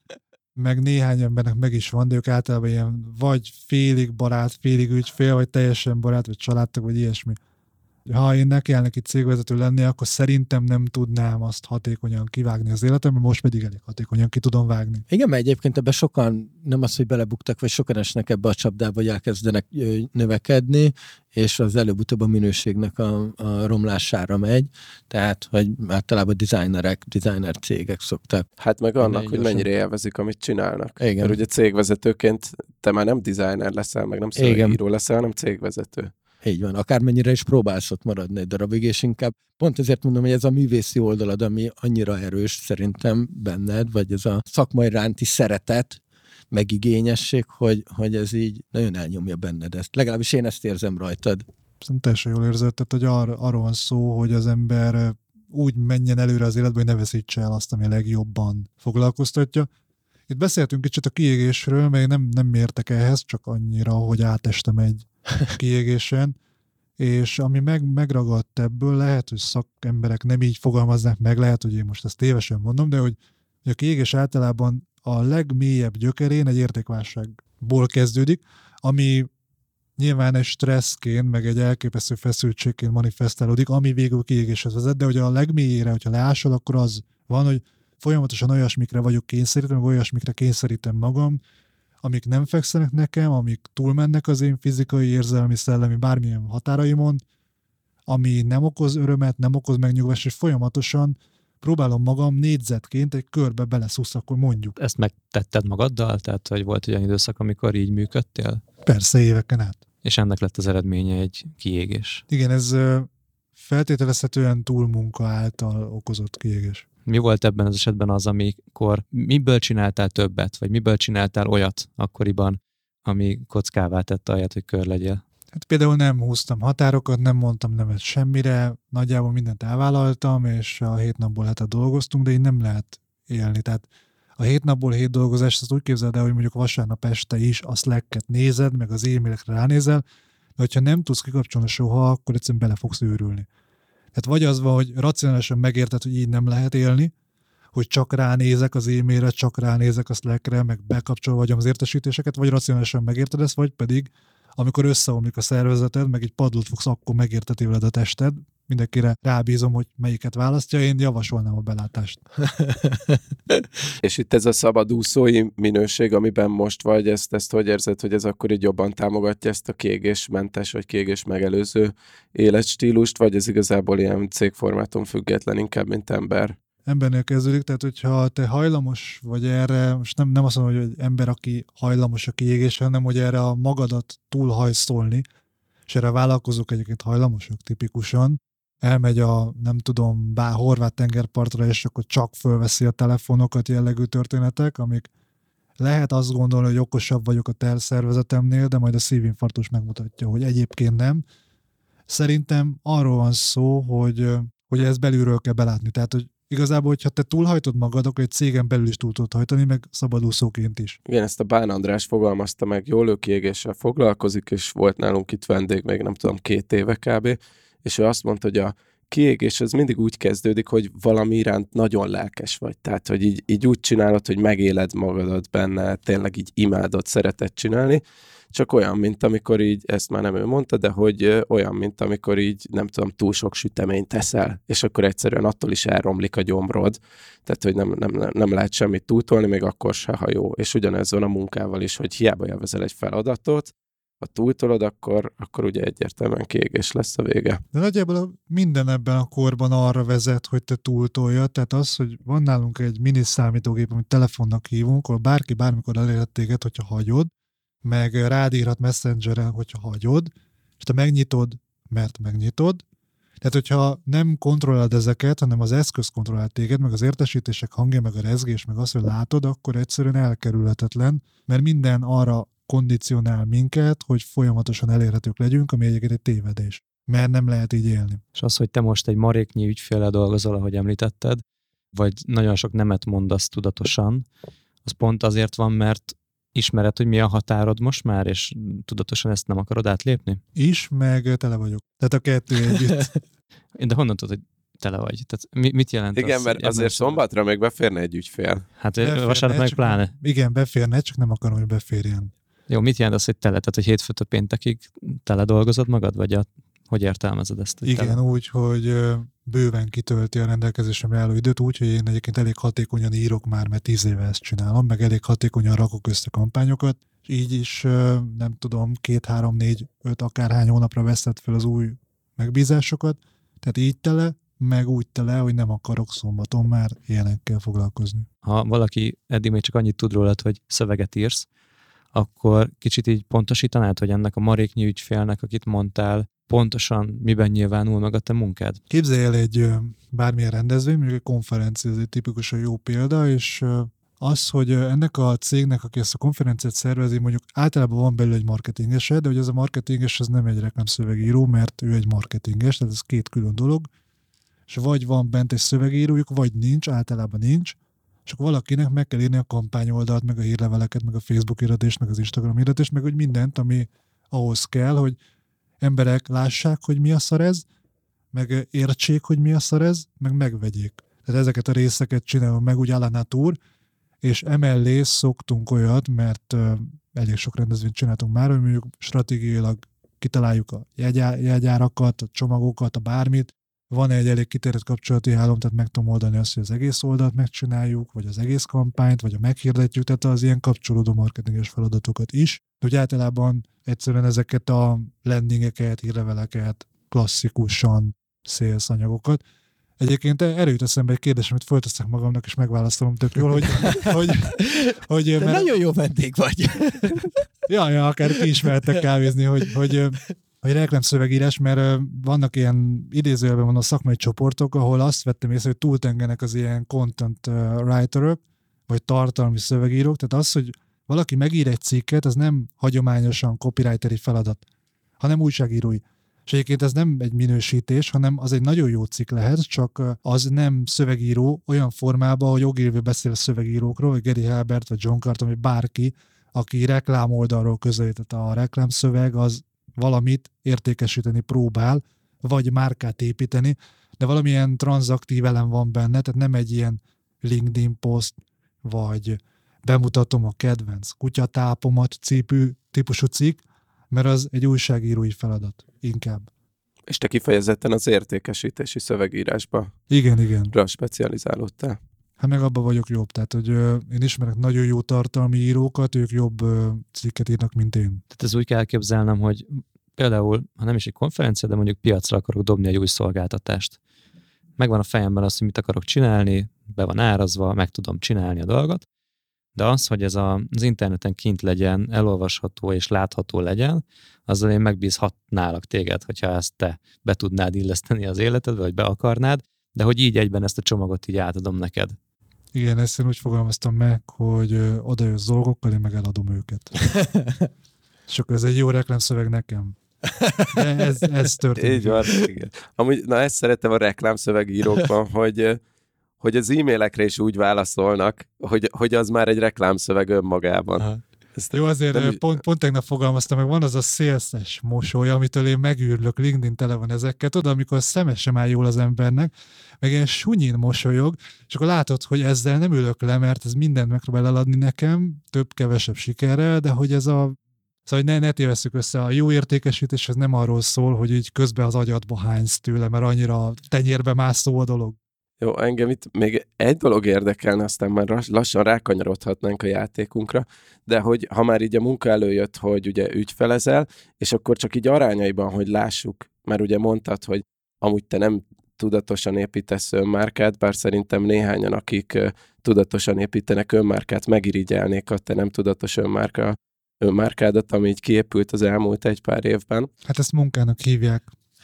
meg néhány embernek meg is van, de ők általában ilyen vagy félig barát, félig ügyfél, vagy teljesen barát, vagy családtag, vagy ilyesmi. Ha én ne kellene egy cégvezető lenni, akkor szerintem nem tudnám azt hatékonyan kivágni az életemben, most pedig elég hatékonyan ki tudom vágni. Igen, mert egyébként ebben sokan, nem az, hogy belebuktak, vagy sokan esnek ebbe a csapdába, hogy elkezdenek növekedni, és az előbb-utóbb a minőségnek a, a romlására megy, tehát, hogy általában designerek, designer cégek szoktak. Hát meg annak, hogy mennyire élvezik, amit csinálnak. Igen. Mert ugye cégvezetőként te már nem designer leszel, meg nem szövegíró leszel, hanem cégvezető. Így van, akármennyire is próbálsz ott maradni egy darabig, és inkább pont ezért mondom, hogy ez a művészi oldalad, ami annyira erős szerintem benned, vagy ez a szakmai iránti szeretet, megigényesség, hogy, hogy ez így nagyon elnyomja benned ezt. Legalábbis én ezt érzem rajtad. Szerintem teljesen jól érzed, tehát hogy ar- arról van szó, hogy az ember úgy menjen előre az életben, hogy ne veszítse el azt, ami a legjobban foglalkoztatja. Itt beszéltünk kicsit a kiégésről, mert nem, nem értek ehhez, csak annyira, hogy átestem egy kiégésen, és ami meg, megragadt ebből, lehet, hogy szakemberek nem így fogalmaznák meg, lehet, hogy én most ezt tévesen mondom, de hogy, hogy a kiégés általában a legmélyebb gyökerén egy értékválságból kezdődik, ami nyilván egy stresszként, meg egy elképesztő feszültségként manifestálódik, ami végül kiégéshez vezet, de hogy a legmélyére, hogyha leásol, akkor az van, hogy folyamatosan olyasmikre vagyok kényszerítve, meg olyasmikre kényszerítem magam, amik nem fekszenek nekem, amik túlmennek az én fizikai, érzelmi, szellemi, bármilyen határaimon, ami nem okoz örömet, nem okoz megnyugvást, és folyamatosan próbálom magam négyzetként egy körbe beleszusz, akkor mondjuk. Ezt megtetted magaddal? Tehát, hogy volt olyan időszak, amikor így működtél? Persze, éveken át. És ennek lett az eredménye egy kiégés. Igen, ez feltételezhetően túlmunka által okozott kiégés. Mi volt ebben az esetben az, amikor miből csináltál többet, vagy miből csináltál olyat akkoriban, ami kockává tette ahelyett, hogy kör legyél? Hát például nem húztam határokat, nem mondtam nemet semmire, nagyjából mindent elvállaltam, és a hét napból hetet dolgoztunk, de így nem lehet élni. Tehát a hét napból hét dolgozást azt úgy képzeld el, hogy mondjuk vasárnap este is a Slack-et nézed, meg az e-mailekre ránézel, de hogyha nem tudsz kikapcsolni soha, akkor egyszerűen bele fogsz őrülni. Tehát vagy az van, hogy racionálisan megérted, hogy így nem lehet élni, hogy csak ránézek az e-mailre, csak ránézek a Slackre, meg bekapcsolva vagyom az értesítéseket, vagy racionálisan megérted ezt, vagy pedig amikor összeomlik a szervezeted, meg egy padlót fogsz, akkor megérteti veled a tested. Mindenkire rábízom, hogy melyiket választja, én javasolnám a belátást. És itt ez a szabadúszói minőség, amiben most vagy, ezt, ezt hogy érzed, hogy ez akkor így jobban támogatja ezt a kiégésmentes, vagy kiégés megelőző életstílust, vagy ez igazából ilyen cégformáton független inkább, mint ember? Embernél kezdődik, tehát hogyha te hajlamos vagy erre, most nem, nem azt mondom, hogy ember, aki hajlamos a kiégésre, hanem hogy erre a magadat túlhajszolni, és erre a vállalkozók egyébként hajlamosak tipikusan, elmegy a, nem tudom, bár horvát tengerpartra, és akkor csak fölveszi a telefonokat jellegű történetek, amik lehet azt gondolni, hogy okosabb vagyok a tervszervezetemnél, de majd a szívinfarktus megmutatja, hogy egyébként nem. Szerintem arról van szó, hogy, hogy ezt belülről kell belátni. Tehát, hogy igazából, hogyha te túlhajtod magad, akkor egy cégen belül is túl tudod hajtani, meg szabadúszóként is. Igen, ezt a Bán András fogalmazta meg, jól ő kiégéssel foglalkozik, és volt nálunk itt vendég még nem tudom két éve kb. És ő azt mondta, hogy a kiégés az mindig úgy kezdődik, hogy valami iránt nagyon lelkes vagy. Tehát, hogy így, így úgy csinálod, hogy megéled magadat benne, tényleg így imádod, szereted csinálni, csak olyan, mint amikor így, ezt már nem ő mondta, de hogy olyan, mint amikor így, nem tudom, túl sok süteményt teszel, és akkor egyszerűen attól is elromlik a gyomrod, tehát, hogy nem, nem, nem lehet semmit túltolni, még akkor se, ha jó. És ugyanez van a munkával is, hogy hiába élvezel egy feladatot, ha túltolod, akkor, akkor ugye egyértelműen kiégés lesz a vége. De nagyjából minden ebben a korban arra vezet, hogy te túltoljad, tehát az, hogy van nálunk egy mini számítógép, amit telefonnak hívunk, ahol bárki bármikor elérhet téged, hogyha hagyod, meg rád írhat Messengeren, hogyha hagyod, és te megnyitod, mert megnyitod. Tehát, hogyha nem kontrollálod ezeket, hanem az eszköz kontrollál téged, meg az értesítések hangja, meg a rezgés, meg azt, hogy látod, akkor egyszerűen elkerülhetetlen, mert minden arra kondicionál minket, hogy folyamatosan elérhetők legyünk, ami egyébként egy tévedés. Mert nem lehet így élni. És az, hogy te most egy maréknyi ügyféllel dolgozol, ahogy említetted, vagy nagyon sok nemet mondasz tudatosan, az pont azért van, mert ismered, hogy mi a határod most már, és tudatosan ezt nem akarod átlépni? Is, meg tele vagyok. Tehát a kettő együtt. De honnan tudod, hogy tele vagy? Tehát mit jelent Igen, az? mert azért szombatra még beférne egy ügyfél. Hát Beférne, vasárnap meg pláne. Nem, igen, beférne, csak nem akarom, hogy beférjen. Jó, mit jelent az, hogy tele? Tehát, hogy hétfőtől péntekig tele dolgozod magad, vagy a, hogy értelmezed ezt? Igen, tele? úgy, hogy bőven kitölti a rendelkezésemre álló időt, úgy, hogy én egyébként elég hatékonyan írok már, mert tíz éve ezt csinálom, meg elég hatékonyan rakok össze kampányokat, és így is nem tudom, két, három, négy, öt, akárhány hónapra veszed fel az új megbízásokat, tehát így tele, meg úgy tele, hogy nem akarok szombaton már ilyenekkel foglalkozni. Ha valaki eddig még csak annyit tud rólad, hogy szöveget írsz, akkor kicsit így pontosítanád, hogy ennek a maréknyi ügyfélnek, akit mondtál, pontosan miben nyilvánul meg a te munkád? Képzelj el egy bármilyen rendezvény, mondjuk egy konferencia, ez egy tipikusan jó példa, és az, hogy ennek a cégnek, aki ezt a konferenciát szervezi, mondjuk általában van belül egy marketingese, de hogy ez a marketinges az nem egy reklámszövegíró, mert ő egy marketinges, tehát ez két külön dolog, és vagy van bent egy szövegírójuk, vagy nincs, általában nincs, és akkor valakinek meg kell írni a kampányoldalt, meg a hírleveleket, meg a Facebook hirdetést, meg az Instagram hirdetést, meg hogy mindent, ami ahhoz kell, hogy emberek lássák, hogy mi a szar ez, meg értsék, hogy mi a szar ez, meg megvegyék. Tehát ezeket a részeket csinálom meg úgy Alana Tour, és emellé szoktunk olyat, mert uh, elég sok rendezvényt csináltunk már, hogy mondjuk stratégiailag kitaláljuk a jegyá- jegyárakat, a csomagokat, a bármit. Van egy elég kitérett kapcsolati hálóm, tehát meg tudom oldani azt, hogy az egész oldalt megcsináljuk, vagy az egész kampányt, vagy a meghirdetjük, tehát az ilyen kapcsolódó marketinges feladatokat is. De úgy általában egyszerűen ezeket a landingeket, hírleveleket, klasszikusan sales anyagokat. Egyébként erről jut eszembe egy kérdés, amit fölteszek magamnak, és megválaszolom tök jól, hogy... hogy, hogy Te mert, nagyon jó vendég vagy. ja, ja, akár ki is mehettek kávézni, hogy, hogy hogy reklámszövegírás, mert vannak ilyen idézőjelben van a szakmai csoportok, ahol azt vettem észre, hogy túltengenek az ilyen content writerök, vagy tartalmi szövegírók, tehát az, hogy valaki megír egy cikket, az nem hagyományosan copywriteri feladat, hanem újságírói. És egyébként ez nem egy minősítés, hanem az egy nagyon jó cikk lehet, csak az nem szövegíró olyan formában, hogy Ogilvy beszél a szövegírókról, vagy Gary Halbert, vagy John Carton, vagy bárki, aki reklámoldalról közelített a reklámszöveg, az valamit értékesíteni próbál, vagy márkát építeni, de valamilyen tranzaktív elem van benne, tehát nem egy ilyen LinkedIn poszt, vagy bemutatom a kedvenc kutyatápomat cipő típusú cikk, mert az egy újságírói feladat inkább. És te kifejezetten az értékesítési szövegírásba Igen, igen. rá specializálódtál. Hát meg abban vagyok jobb, tehát hogy ö, én ismerek nagyon jó tartalmi írókat, ők jobb ö, cikket írnak, mint én. Tehát ez úgy kell elképzelnem, hogy például, ha nem is egy konferencia, de mondjuk piacra akarok dobni egy új szolgáltatást. Megvan a fejemben az, hogy mit akarok csinálni, be van árazva, meg tudom csinálni a dolgot, de az, hogy ez a, az interneten kint legyen, elolvasható és látható legyen, azzal én megbízhatnálak téged, hogyha ezt te be tudnád illeszteni az életedbe, vagy be akarnád, de hogy így egyben ezt a csomagot így átadom neked. Igen, ezt én úgy fogalmaztam meg, hogy ö, odajössz dolgokkal, én meg eladom őket. És akkor ez egy jó reklámszöveg nekem. De ez, ez történik. Így van, igen. Amúgy, na ezt szeretem a reklámszövegírókban, hogy, hogy az e-mailekre is úgy válaszolnak, hogy, hogy az már egy reklámszöveg önmagában. Aha. Jó, azért nem... pont, pont tegnap fogalmaztam meg, van az a szélszes mosoly, amitől én megűrlök, LinkedIn tele van ezekkel, tudod, amikor a szeme sem áll jól az embernek, meg ilyen sunyin mosolyog, és akkor látod, hogy ezzel nem ülök le, mert ez mindent megpróbál eladni nekem, több-kevesebb sikerrel, de hogy ez a Szóval ne, ne tévesszük össze, a jó értékesítés ez nem arról szól, hogy így közben az agyadba hánysz tőle, mert annyira tenyérbe mászó a dolog. Jó, engem itt még egy dolog érdekelne, aztán már lassan rákanyarodhatnánk a játékunkra, de hogy ha már így a munka előjött, hogy ugye ügyfelezel, és akkor csak így arányaiban, hogy lássuk, mert ugye mondtad, hogy amúgy te nem tudatosan építesz önmárkát, bár szerintem néhányan, akik tudatosan építenek önmárkát, megirigyelnék a te nem tudatos önmárka önmárkádat, ami így kiépült az elmúlt egy pár évben. Hát ezt munkának hívják.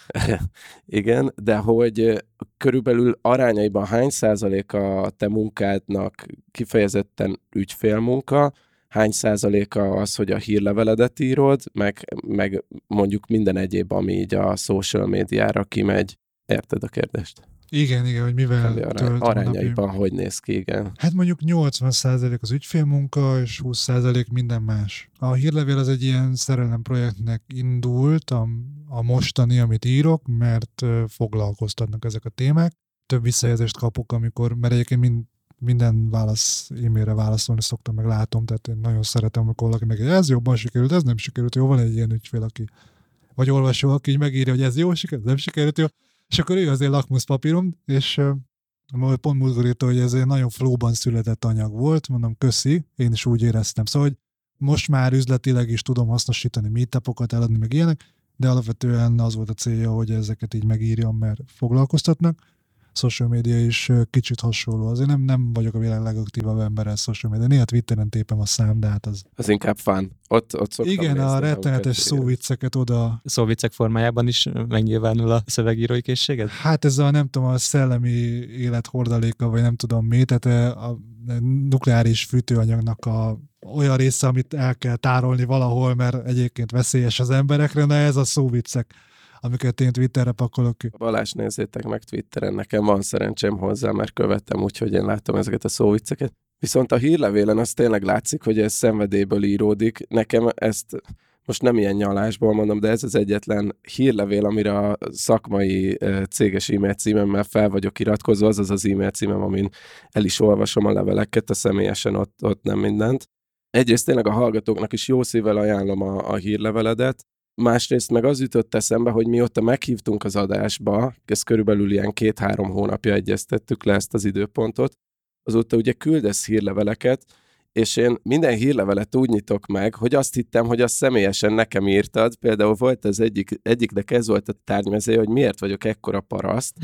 Igen, de hogy körülbelül arányaiban hány százalék a te munkádnak kifejezetten ügyfélmunka, hány százaléka az, hogy a hírleveledet írod, meg, meg mondjuk minden egyéb, ami így a social médiára kimegy. Érted a kérdést? Igen, igen, hogy mivel töltöm arányaiban hogy néz ki, igen. Hát mondjuk nyolcvan százalék az ügyfélmunka, és húsz százalék minden más. A hírlevél az egy ilyen szerelemprojektnek indult, a, a mostani, amit írok, mert uh, foglalkoztatnak ezek a témák. Több visszajelzést kapok, amikor, mert egyébként mind, minden válasz, e-mailre válaszolni szoktam, meg látom, tehát én nagyon szeretem, amikor valaki meg ez jobban sikerült, ez nem sikerült, jó, van egy ilyen ügyfél, aki vagy olvasó, aki így megírja, hogy ez jó sikerült, nem sikerült, jó. És akkor ő azért lakmuszpapírom, és uh, pont múltkor írta, hogy ez egy nagyon flowban született anyag volt, mondom, köszi, én is úgy éreztem. Szóval, hogy most már üzletileg is tudom hasznosítani meetupokat, eladni, meg ilyenek, de alapvetően az volt a célja, hogy ezeket így megírjam, mert foglalkoztatnak. Social media is kicsit hasonló. Azért nem, nem vagyok a világ legaktívabb ember a social media. Néha Twitteren tépem a szám, de hát az... Az inkább fun. Ott, ott igen, a rettenetes szóvicceket oda... Szóviccek formájában is megnyilvánul a szövegírói készséged? Hát ez a, nem tudom, a szellemi élet hordaléka, vagy nem tudom mi, tehát a nukleáris fűtőanyagnak a olyan része, amit el kell tárolni valahol, mert egyébként veszélyes az emberekre, na ez a szóviccek, amiket én Twitterre pakolok ki. Balázs, nézzétek meg Twitteren, nekem van szerencsém hozzá, mert követem, úgyhogy én látom ezeket a szóvicceket. Viszont a hírlevélen az tényleg látszik, hogy ez szenvedélyből íródik. Nekem ezt most nem ilyen nyalásból mondom, de ez az egyetlen hírlevél, amire a szakmai céges e-mail címemmel fel vagyok iratkozva, az az az e-mail címem, amin el is olvasom a leveleket, a személyesen ott, ott nem mindent. Egyrészt tényleg a hallgatóknak is jó szívvel ajánlom a, a hírleveledet, másrészt meg az jutott eszembe, hogy mióta meghívtunk az adásba, ez körülbelül ilyen két-három hónapja egyeztettük le ezt az időpontot, azóta ugye küldesz hírleveleket, és én minden hírlevelet úgy nyitok meg, hogy azt hittem, hogy azt személyesen nekem írtad. Például volt az egyik, egyik de ez volt a tárgymezője, hogy miért vagyok ekkora paraszt.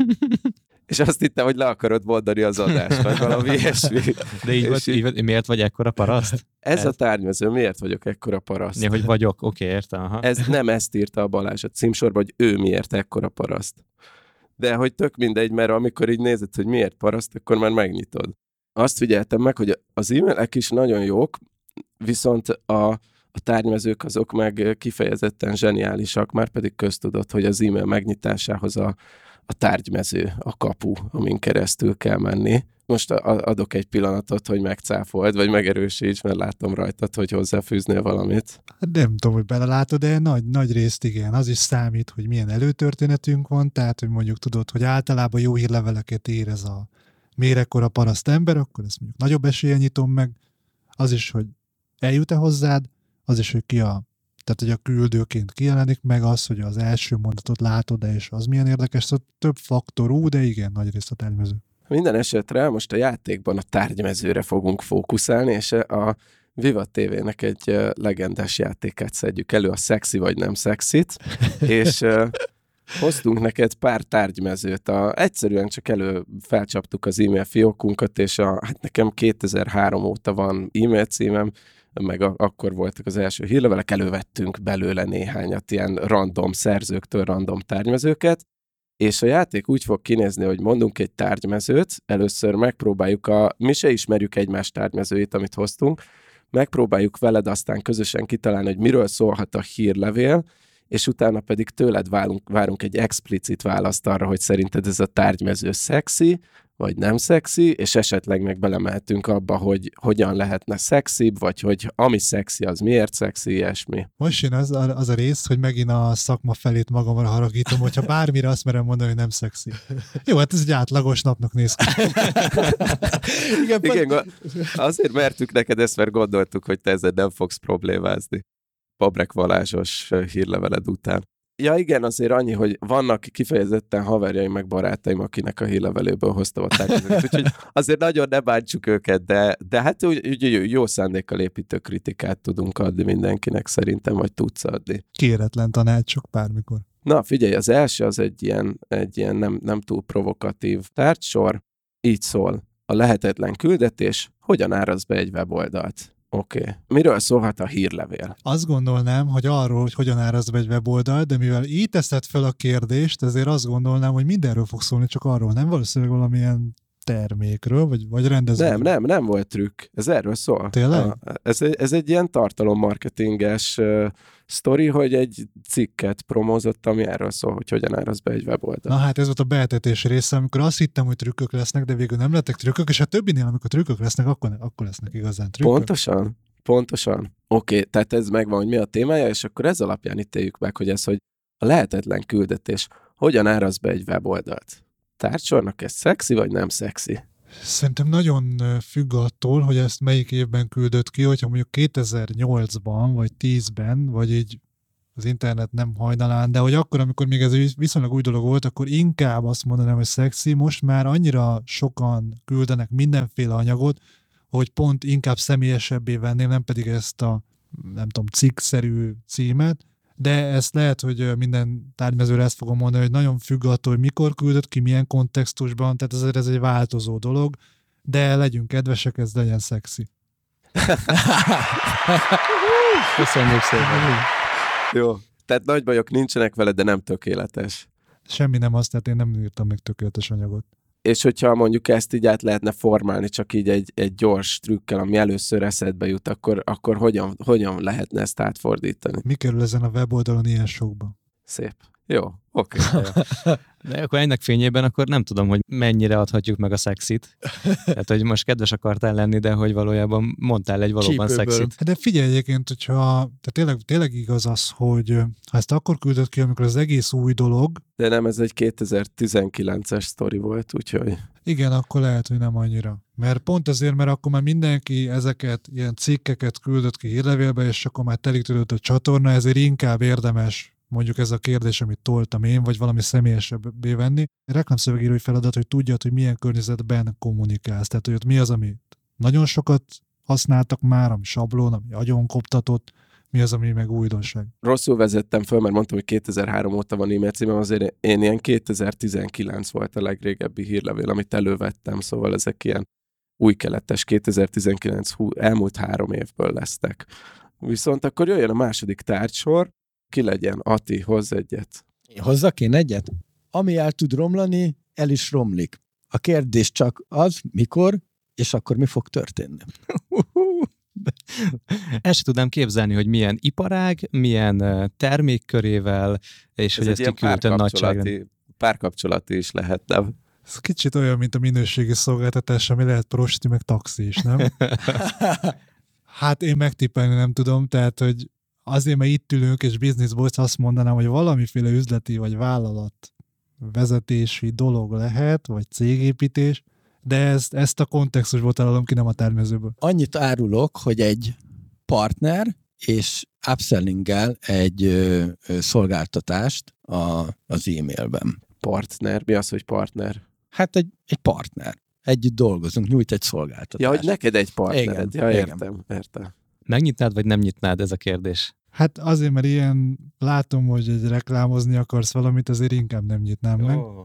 És azt hittem, hogy le akarod mondani az adást, vagy valami ilyesmi. De így, vagy, így, így miért vagy ekkora paraszt? Ez, ez a tárgymező, miért vagyok ekkora paraszt? Ja, hogy vagyok, oké, okay, értem. Aha. Ez nem ezt írta a Balázs a címsorban, hogy ő miért ekkora paraszt. De hogy tök mindegy, mert amikor így nézed, hogy miért paraszt, akkor már megnyitod. Azt figyeltem meg, hogy az e-mailek is nagyon jók, viszont a, a tárgymezők azok meg kifejezetten zseniálisak, már pedig köztudott, hogy az e-mail megnyitásához a, a tárgymező, a kapu, amin keresztül kell menni. Most adok egy pillanatot, hogy megcáfold, vagy megerősíts, mert látom rajtad, hogy hozzáfűznél valamit. Hát nem tudom, hogy belelátod, de nagy, nagy részt igen. Az is számít, hogy milyen előtörténetünk van, tehát, hogy mondjuk tudod, hogy általában jó hírleveleket ír ez a mérekkora paraszt ember, akkor ezt mondjuk nagyobb esélyen nyitom meg. Az is, hogy eljut-e hozzád, az is, hogy ki a, tehát, hogy a küldőként kijelenik, meg az, hogy az első mondatot látod-e, és az milyen érdekes, szóval több faktorú, de igen, nagy részt a tárgymező. Minden esetre most a játékban a tárgymezőre fogunk fókuszálni, és a Vivat té vének egy legendás játékát szedjük elő, a Szexi vagy nem szexit, és hoztunk neked pár tárgymezőt. A, egyszerűen csak elő felcsaptuk az e-mail fiókunkat, és a, hát nekem kétezer-három óta van e-mail címem, meg a, akkor voltak az első hírlevelek, elővettünk belőle néhányat, ilyen random szerzőktől random tárgymezőket, És a játék úgy fog kinézni, hogy mondunk egy tárgymezőt, először megpróbáljuk a, mi se ismerjük egymás tárgymezőjét, amit hoztunk, megpróbáljuk veled aztán közösen kitalálni, hogy miről szólhat a hírlevél, és utána pedig tőled várunk, várunk egy explicit választ arra, hogy szerinted ez a tárgymező szexi, vagy nem szexi, és esetleg meg belemehetünk abba, hogy hogyan lehetne szexibb, vagy hogy ami szexi, az miért szexi, ilyesmi. Most jön az, az a rész, hogy megint a szakma felét magamra haragítom, hogyha bármire azt merem mondani, hogy nem szexi. Jó, hát ez egy átlagos napnak néz ki. Igen, Igen, azért mertük neked ezt, mert gondoltuk, hogy te ezzel nem fogsz problémázni. Pabrek Valásos hírleveled után. Ja igen, azért annyi, hogy vannak kifejezetten haverjaim meg barátaim, akinek a hírleveléből hoztam a tárgyat. Úgyhogy azért nagyon ne bántsuk őket, de, de hát úgy, úgy, jó szándékkal építő kritikát tudunk adni mindenkinek szerintem, vagy tudsz adni. Kéretlen tanácsok bármikor. Na figyelj, az első az egy ilyen, egy ilyen nem, nem túl provokatív tárgysor. Így szól. A lehetetlen küldetés, hogyan árasz be egy weboldalt? Oké. Okay. Miről szólhat a hírlevél? Azt gondolnám, hogy arról, hogy hogyan árazd be egy weboldalt, de mivel így teszed fel a kérdést, ezért azt gondolnám, hogy mindenről fog szólni, csak arról nem, valószínűleg valamilyen termékről, vagy, vagy rendezvényről. Nem, nem, nem volt trükk. Ez erről szól. Tényleg? A, ez, ez egy ilyen tartalommarketinges uh, sztori, hogy egy cikket promózott, ami erről szól, hogy hogyan árasz be egy weboldalt. Na hát ez volt a behetetés része, amikor azt hittem, hogy trükkök lesznek, de végül nem lettek trükkök, és a többinél, amikor trükkök lesznek, akkor, akkor lesznek igazán trükkök. Pontosan, pontosan. Oké, okay, tehát ez megvan, hogy mi a témája, és akkor ez alapján ítéljük meg, hogy ez, hogy a lehetetlen küldetés, hogyan árasz be egy weboldalt. Tárcsolnak ez szexi, vagy nem szexi? Szerintem nagyon függ attól, hogy ezt melyik évben küldött ki, hogyha mondjuk kétezer-nyolcban, vagy tízben, vagy így az internet nem hajnalán, de hogy akkor, amikor még ez viszonylag új dolog volt, akkor inkább azt mondanám, hogy szexi. Most már annyira sokan küldenek mindenféle anyagot, hogy pont inkább személyesebbé venném, nem pedig ezt a, nem tudom, cikkszerű címet, de ezt lehet, hogy minden tárgymezőre ezt fogom mondani, hogy nagyon függ attól, hogy mikor küldött ki, milyen kontextusban, tehát ezért ez egy változó dolog, de legyünk kedvesek, ez legyen szexi. Köszönjük szépen. Jó, tehát nagy bajok nincsenek veled, de nem tökéletes. Semmi nem az, tehát én nem írtam még tökéletes anyagot. És hogyha mondjuk ezt így át lehetne formálni, csak így egy, egy gyors trükkel, ami először eszedbe jut, akkor, akkor hogyan, hogyan lehetne ezt átfordítani? Mi kerül ezen a weboldalon ilyen sokba? Szép. Jó, oké. Okay. De akkor ennek fényében akkor nem tudom, hogy mennyire adhatjuk meg a szexit. Tehát, hogy most kedves akartál lenni, de hogy valójában mondtál egy valóban Csípőből. szexit. De figyelj egyébként, hogyha tehát tényleg, tényleg igaz az, hogy ha ezt akkor küldött ki, amikor az egész új dolog. De nem, ez egy kétezer-tizenkilences sztori volt, úgyhogy... Igen, akkor lehet, hogy nem annyira. Mert pont azért, mert akkor már mindenki ezeket, ilyen cikkeket küldött ki hírlevélbe, és akkor már telítődött a csatorna, ezért inkább érdemes mondjuk ez a kérdés, amit toltam én, vagy valami személyesebbé venni. A reklámszövegírói feladat, hogy tudjad, hogy milyen környezetben kommunikálsz. Tehát, hogy ott mi az, ami nagyon sokat használtak már, ami sablon, ami agyon koptatott, mi az, ami meg újdonság. Rosszul vezettem föl, mert mondtam, hogy kétezer-három óta van e-mail címem, azért én ilyen kétezer-tizenkilenc volt a legrégebbi hírlevél, amit elővettem, szóval ezek ilyen új keletes kétezer-tizenkilenc hú, elmúlt három évből lesztek. Viszont akkor jöjjön a második tárgysor, ki legyen? Ati, hozz egyet. Hozzak én egyet? Ami el tud romlani, el is romlik. A kérdés csak az, mikor, és akkor mi fog történni. Ezt sem tudnám képzelni, hogy milyen iparág, milyen termékkörével, és ez hogy ezt kiküldtön nagyságrend. Párkapcsolati is lehet, nem? Ez kicsit olyan, mint a minőségi szolgáltatás, ami lehet prosti, meg taxi is, nem? Hát én megtippelni nem tudom, tehát, hogy azért, mert itt ülünk, és bizniszból azt mondanám, hogy valamiféle üzleti vagy vállalat vezetési dolog lehet, vagy cégépítés, de ezt, ezt a kontextusból találom ki, nem a termezőből. Annyit árulok, hogy egy partner és upsellinggel egy ö, ö, szolgáltatást a, az e-mailben. Partner? Mi az, hogy partner? Hát egy, egy partner. Együtt dolgozunk, nyújt egy szolgáltatást. Ja, hogy neked egy partnered. Igen, Ja, igen. értem, értem. Megnyitnád, vagy nem nyitnád, ez a kérdés? Hát azért, mert ilyen látom, hogy egy reklámozni akarsz valamit, azért inkább nem nyitnám meg. Oh.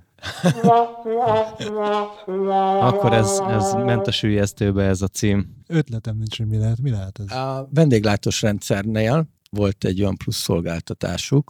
Akkor ez, ez ment a süllyesztőbe, ez a cím. Ötletem nincs, hogy mi lehet. Mi lehet ez? A vendéglátós rendszernél volt egy olyan plusz szolgáltatásuk,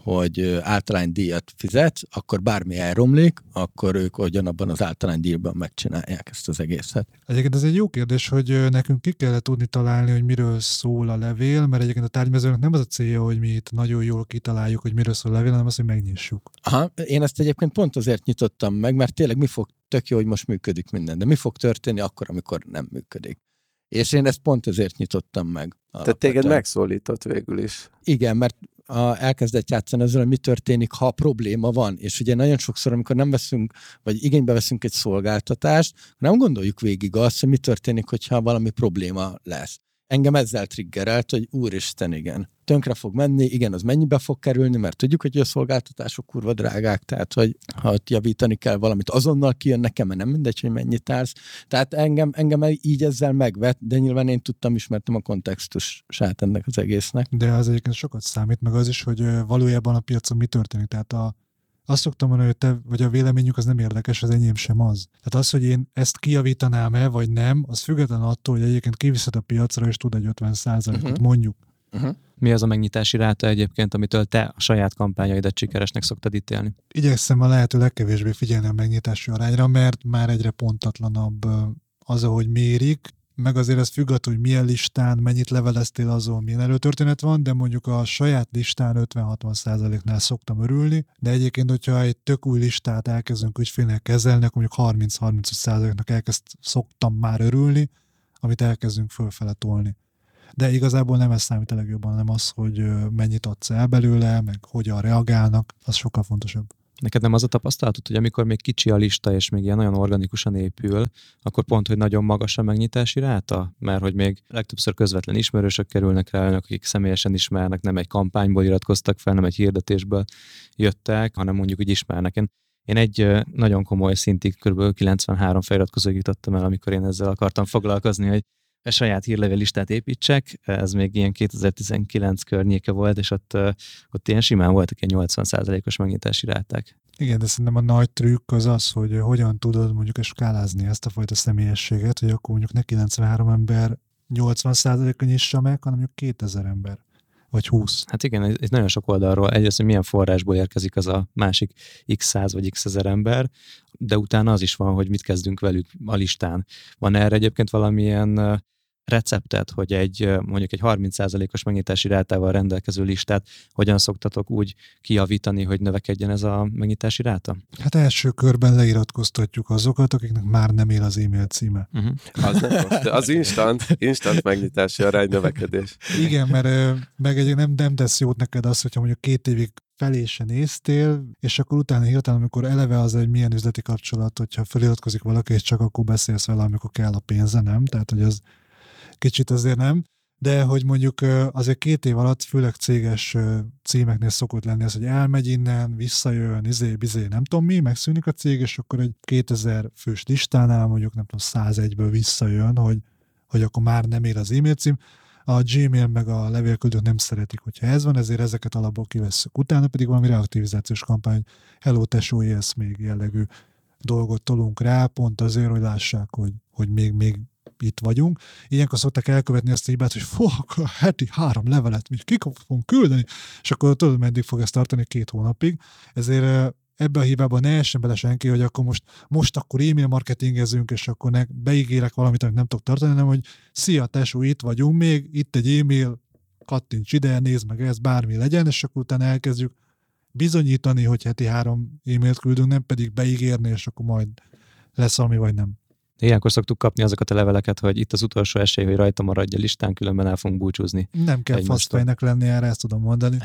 hogy általánydíjat fizet, akkor bármi elromlik, akkor ők ugyanabban az általánydíjban megcsinálják ezt az egészet. Egyébként ez egy jó kérdés, hogy nekünk ki kellett tudni találni, hogy miről szól a levél, mert egyébként a tárgymezőnek nem az a célja, hogy mi itt nagyon jól kitaláljuk, hogy miről szól a levél, hanem az, hogy megnyissuk. Aha, én ezt egyébként pont azért nyitottam meg, mert tényleg mi fog, tök jó, hogy most működik minden, de mi fog történni akkor, amikor nem működik. És én ezt pont ezért nyitottam meg. Tehát téged megszólított végül is. Igen, mert a, elkezdett játszani ezzel, hogy mi történik, ha probléma van. És ugye nagyon sokszor, amikor nem veszünk, vagy igénybe veszünk egy szolgáltatást, nem gondoljuk végig azt, hogy mi történik, hogyha valami probléma lesz. Engem ezzel triggerelt, hogy úristen, igen, tönkre fog menni, igen, az mennyibe fog kerülni, mert tudjuk, hogy a szolgáltatások kurva drágák, tehát, hogy ha ott javítani kell valamit, azonnal kijön nekem, mert nem mindegy, hogy mennyit állsz. Tehát engem, engem így ezzel megvet, de nyilván én tudtam, ismertem a kontextusát ennek az egésznek. De az egyébként sokat számít, meg az is, hogy valójában a piacon mi történik. Tehát a, azt szoktam mondani, hogy te, vagy a véleményük az nem érdekes, az enyém sem az. Tehát az, hogy én ezt kijavítanám-e, vagy nem, az független attól, hogy egyébként kiviszed a piacra, és tud egy ötven százalékot uh-huh. mondjuk. Uh-huh. Mi az a megnyitási ráta egyébként, amitől te a saját kampányaidat sikeresnek szoktad ítélni? Igyekszem a lehető legkevésbé figyelni a megnyitási arányra, mert már egyre pontatlanabb az, ahogy mérik, meg azért ez függ attól, hogy milyen listán, mennyit leveleztél azon, milyen előtörténet van, de mondjuk a saját listán ötven-hatvan százaléknál szoktam örülni, de egyébként, hogyha egy tök új listát elkezdünk ügyfélnek kezelni, akkor mondjuk harminc-harmincöt százaléknak elkezd szoktam már örülni, amit elkezdünk fölfele tolni. De igazából nem ez számít a legjobban, hanem az, hogy mennyit adsz el belőle, meg hogyan reagálnak, az sokkal fontosabb. Neked nem az a tapasztalatod, hogy amikor még kicsi a lista, és még ilyen nagyon organikusan épül, akkor pont, hogy nagyon magas a megnyitási ráta? Mert hogy még legtöbbször közvetlen ismerősök kerülnek rá, önök, akik személyesen ismernek, nem egy kampányból iratkoztak fel, nem egy hirdetésből jöttek, hanem mondjuk úgy ismernek. Én, én egy nagyon komoly szintig, kb. kilencvenhárom feliratkozóig jutottam el, amikor én ezzel akartam foglalkozni, hogy a saját hírlevél listát építsek, ez még ilyen kétezer-tizenkilenc környéke volt, és ott, ott ilyen simán voltak ilyen nyolcvan százalékos megnyitási ráták. Igen, de szerintem a nagy trükk az az, hogy hogyan tudod mondjuk skálázni ezt a fajta személyességet, hogy akkor mondjuk ne kilencvenhárom ember nyolcvan százaléka nyissa meg, hanem mondjuk kétezer ember, vagy húsz. Hát igen, ez nagyon sok oldalról. Egyrészt, hogy milyen forrásból érkezik az a másik x száz vagy x ezer ember, de utána az is van, hogy mit kezdünk velük a listán. Van erre egyébként valamilyen receptet, hogy egy mondjuk egy harminc százalékos megnyitási rátával rendelkező listát hogyan szoktatok úgy kijavítani, hogy növekedjen ez a megnyitási ráta? Hát első körben leiratkoztatjuk azokat, akiknek már nem él az e-mail címe. Uh-huh. Az, nem, az instant, instant megnyitási arány növekedés. Igen, mert meg egy nem, nem tesz jót neked az, hogyha mondjuk két évig felé se néztél, és akkor utána hirtelen, amikor eleve az egy milyen üzleti kapcsolat, hogyha feliratkozik valaki, és csak akkor beszélsz vele, amikor kell a pénze, nem? Tehát, hogy az kicsit azért nem, de hogy mondjuk azért két év alatt, főleg céges címeknél szokott lenni az, hogy elmegy innen, visszajön, izé, bizé, nem tudom mi, megszűnik a cég, és akkor egy kétezer fős listánál mondjuk nem tudom, százegyből visszajön, hogy, hogy akkor már nem ér az e-mail cím. A Gmail meg a levélküldők nem szeretik, hogyha ez van, ezért ezeket alapból kivesszük. Utána pedig valami reaktivizációs kampány, hello tesó, élsz még jellegű dolgot tolunk rá, pont azért, hogy lássák, hogy, hogy még, még itt vagyunk. Ilyenkor szokták elkövetni azt a hibát, hogy fú, akkor heti három levelet, mit kik fogunk küldeni, és akkor tudod, meddig fog ezt tartani, két hónapig. Ezért ebbe a hibában ne essen bele senki, hogy akkor most, most akkor e-mail marketingezünk, és akkor ne, beígérek valamit, amit nem tudok tartani, hanem hogy szia tesó, itt vagyunk még, itt egy e-mail, kattints ide, nézd meg ez, bármi legyen, és akkor utána elkezdjük bizonyítani, hogy heti három e-mailt küldünk, nem pedig beígérni, és akkor majd lesz valami, vagy nem. Ilyenkor szoktuk kapni azokat a leveleket, hogy itt az utolsó esély, hogy rajta maradj a listán, különben el fogunk búcsúzni. Nem kell faszfejnek lenni erre, ezt tudom mondani.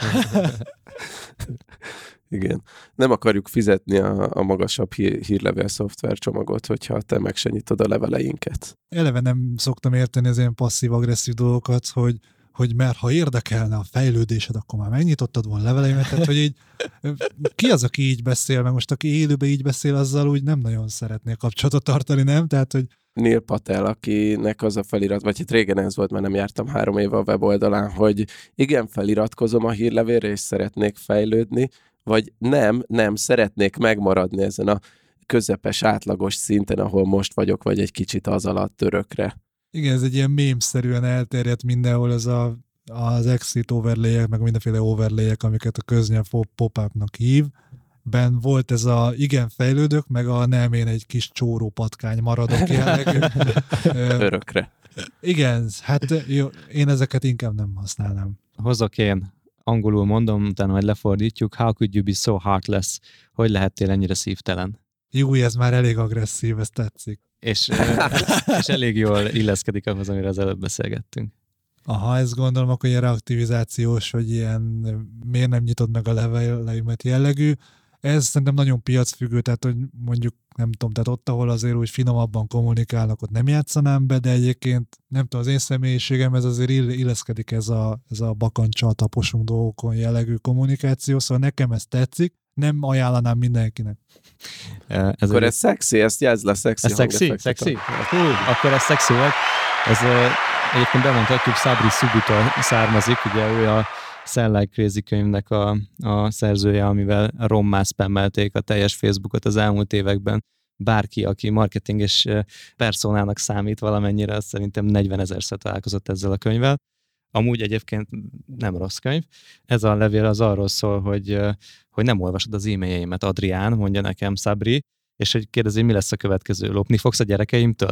Igen. Nem akarjuk fizetni a, a magasabb hír, hírlevél szoftvercsomagot, hogyha te meg se nyitod a leveleinket. Eleve nem szoktam érteni az ilyen passzív-agresszív dolgokat, hogy hogy mert ha érdekelne a fejlődésed, akkor már megnyitottad volna leveleimet, tehát hogy így ki az, aki így beszél, meg most aki élőben így beszél, azzal úgy nem nagyon szeretnél kapcsolatot tartani, nem? Tehát, hogy Neil Patel, akinek az a felirat, vagy itt régen ez volt, mert nem jártam három éve a weboldalán, hogy igen, feliratkozom a hírlevélre, és szeretnék fejlődni, vagy nem, nem, szeretnék megmaradni ezen a közepes, átlagos szinten, ahol most vagyok, vagy egy kicsit az alatt örökre. Igen, ez egy ilyen mémszerűen elterjedt mindenhol, ez a az exit overlay-ek, meg mindenféle overlay-ek, amiket a köznyelv pop-upnak hív, ben volt ez a igen fejlődök, meg a nem, én egy kis csóró patkány maradok jellegű. Örökre. Igen, hát jó, én ezeket inkább nem használnám. Hozok én, angolul mondom, utána majd lefordítjuk. How could you be so heartless? Hogy lehettél ennyire szívtelen? Jó, ez már elég agresszív, ez tetszik. És, és elég jól illeszkedik ahhoz, amire az előbb beszélgettünk. Aha, ezt gondolom, akkor ilyen reaktivizációs, vagy ilyen miért nem nyitod meg a leveleimet jellegű. Ez szerintem nagyon piacfüggő, tehát hogy mondjuk nem tudom, tehát ott, ahol azért úgy finomabban kommunikálnak, ott nem játszanám be, de egyébként nem tudom, az én személyiségem, ez azért illeszkedik ez a, ez a bakancsal taposunk dolgokon jellegű kommunikáció, szóval nekem ez tetszik, nem ajánlanám mindenkinek. Ez akkor egy... ez szexi, ezt jelzd le szexi. Ez szexi? Szexi? Hú, akkor ez szexi volt. Ez egyébként bemondhatjuk, Sabri Subitól származik, ugye ő a Sell Like Crazy könyvnek a, a szerzője, amivel rommá spammelték a teljes Facebookot az elmúlt években. Bárki, aki marketinges personának számít valamennyire, az szerintem negyvenezerszer találkozott ezzel a könyvvel. Amúgy egyébként nem rossz könyv. Ez a levél az arról szól, hogy, hogy nem olvasod az e-mailjeimet, Adrián, mondja nekem Sabri, és hogy kérdezi, mi lesz a következő? Lopni fogsz a gyerekeimtől?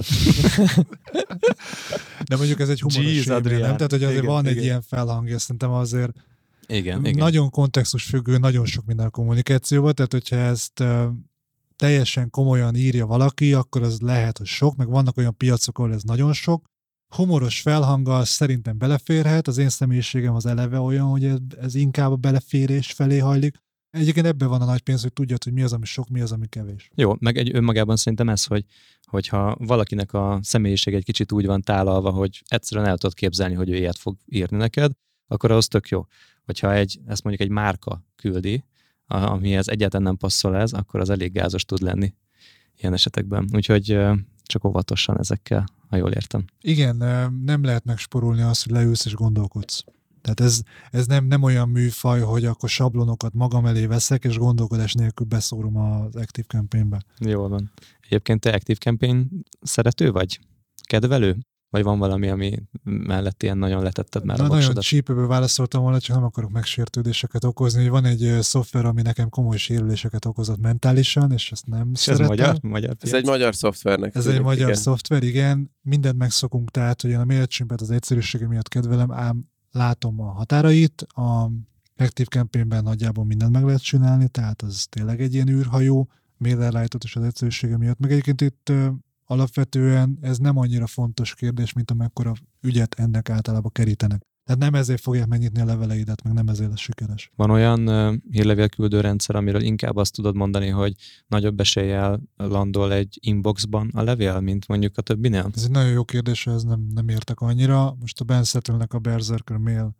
De mondjuk ez egy humoros e-mail, nem? Tehát, hogy azért igen, van igen. egy ilyen felhangja, szerintem azért igen, nagyon igen. kontextus függő, nagyon sok minden a kommunikációban, tehát hogyha ezt uh, teljesen komolyan írja valaki, akkor az lehet, hogy sok, meg vannak olyan piacok, ahol ez nagyon sok. Humoros felhanggal szerintem beleférhet, az én személyiségem az eleve olyan, hogy ez, ez inkább a beleférés felé hajlik. Egyébként ebben van a nagy pénz, hogy tudjad, hogy mi az, ami sok, mi az, ami kevés. Jó, meg egy önmagában szerintem ez, hogy hogyha valakinek a személyiség egy kicsit úgy van tálalva, hogy egyszerűen el tudod képzelni, hogy ő ilyet fog írni neked, akkor az tök jó. Hogyha egy, ezt mondjuk egy márka küldi, amihez egyáltalán nem passzol ez, akkor az elég gázos tud lenni ilyen esetekben. Úgyhogy csak óvatosan ezekkel, ha jól értem. Igen, nem lehet megsporulni azt, hogy leülsz és gondolkodsz. Tehát ez, ez nem, nem olyan műfaj, hogy akkor sablonokat magam elé veszek, és gondolkodás nélkül beszórom az Active Campaign-be. Jól van. Egyébként te Active Campaign szerető vagy? Kedvelő? Vagy van valami, ami mellett ilyen nagyon letetted már Na, a nagyon csípőből válaszoltam volna, csak nem akarok megsértődéseket okozni. Van egy szoftver, ami nekem komoly sérüléseket okozott mentálisan, és ezt nem és szeretem. Ez magyar? magyar ez egy magyar szoftvernek. Ez egy magyar igen. szoftver, igen. Mindent megszokunk, tehát, hogy én a MailChimpet az egyszerűsége miatt kedvelem, ám látom a határait. A Active Campaignben nagyjából mindent meg lehet csinálni, tehát az tényleg egy ilyen űrhajó, MailerLite-ot és az egyszerűsége miatt. Meg egyébként itt alapvetően ez nem annyira fontos kérdés, mint amekkora ügyet ennek általában kerítenek. Tehát nem ezért fogják megnyitni a leveleidet, meg nem ezért lesz sikeres. Van olyan uh, hírlevélküldő rendszer, amiről inkább azt tudod mondani, hogy nagyobb eséllyel landol egy inboxban a levél, mint mondjuk a többinél? Ez egy nagyon jó kérdés, ez nem, nem értek annyira. Most a Ben Settle-nek a Berserker mail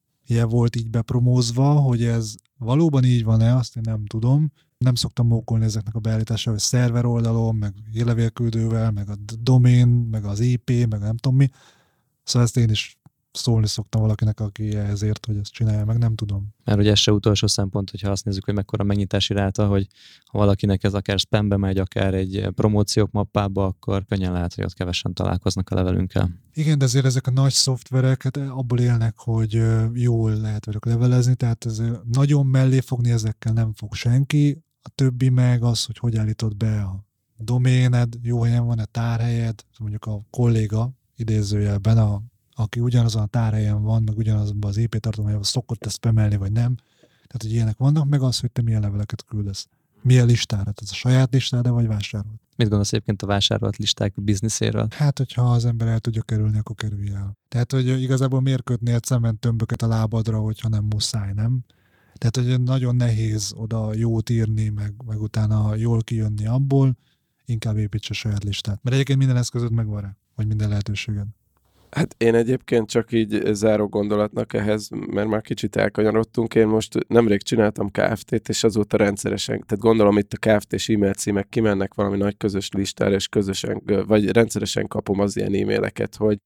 volt így bepromózva, hogy ez valóban így van-e, azt én nem tudom. Nem szoktam mókolni ezeknek a beállításával, hogy szerver oldalon, meg hírlevélküldővel, meg a domain, meg az i pé, meg nem tudom mi. Szóval ezt én is szólni szoktam valakinek, aki ezért, hogy ezt csinálja, meg nem tudom. Mert ugye ez se utolsó szempont, hogyha azt nézzük, hogy mekkora megnyitási ráta, hogy ha valakinek ez akár spambe megy, akár egy promóciók mappába, akkor könnyen lehet, hogy ott kevesen találkoznak a levelünkkel. Igen, de azért ezek a nagy szoftverek hát abból élnek, hogy jól lehet velük levelezni, tehát ez nagyon mellé fogni ezekkel nem fog senki. A többi meg az, hogy hogy állítod be a doméned, jó helyen van a tárhelyed, mondjuk a kolléga idézőjelben, a, aki ugyanazon a tárhelyen van, meg ugyanazon az i pé tartományban szokott ezt spamelni, vagy nem. Tehát, hogy ilyenek vannak, meg az, hogy te milyen leveleket küldesz. Milyen listára? Ez a saját listára, vagy vásárolt? Mit gondolsz egyébként a vásárolt listák bizniszéről? Hát, hogyha az ember el tudja kerülni, akkor kerülj el. Tehát, hogy igazából miért kötnél cementtömböket a lábadra, hogyha nem muszáj, nem? Tehát, hogy nagyon nehéz oda jót írni, meg, meg utána jól kijönni abból, inkább építs a saját listát. Mert egyébként minden eszközöd megvan rá, vagy minden lehetőséged. Hát én egyébként csak így záró gondolatnak ehhez, mert már kicsit elkanyarodtunk. Én most nemrég csináltam ká ef té-t, és azóta rendszeresen, tehát gondolom itt a ká ef té-s e-mail címek kimennek valami nagy közös listára, és közösen, vagy rendszeresen kapom az ilyen e-maileket, hogy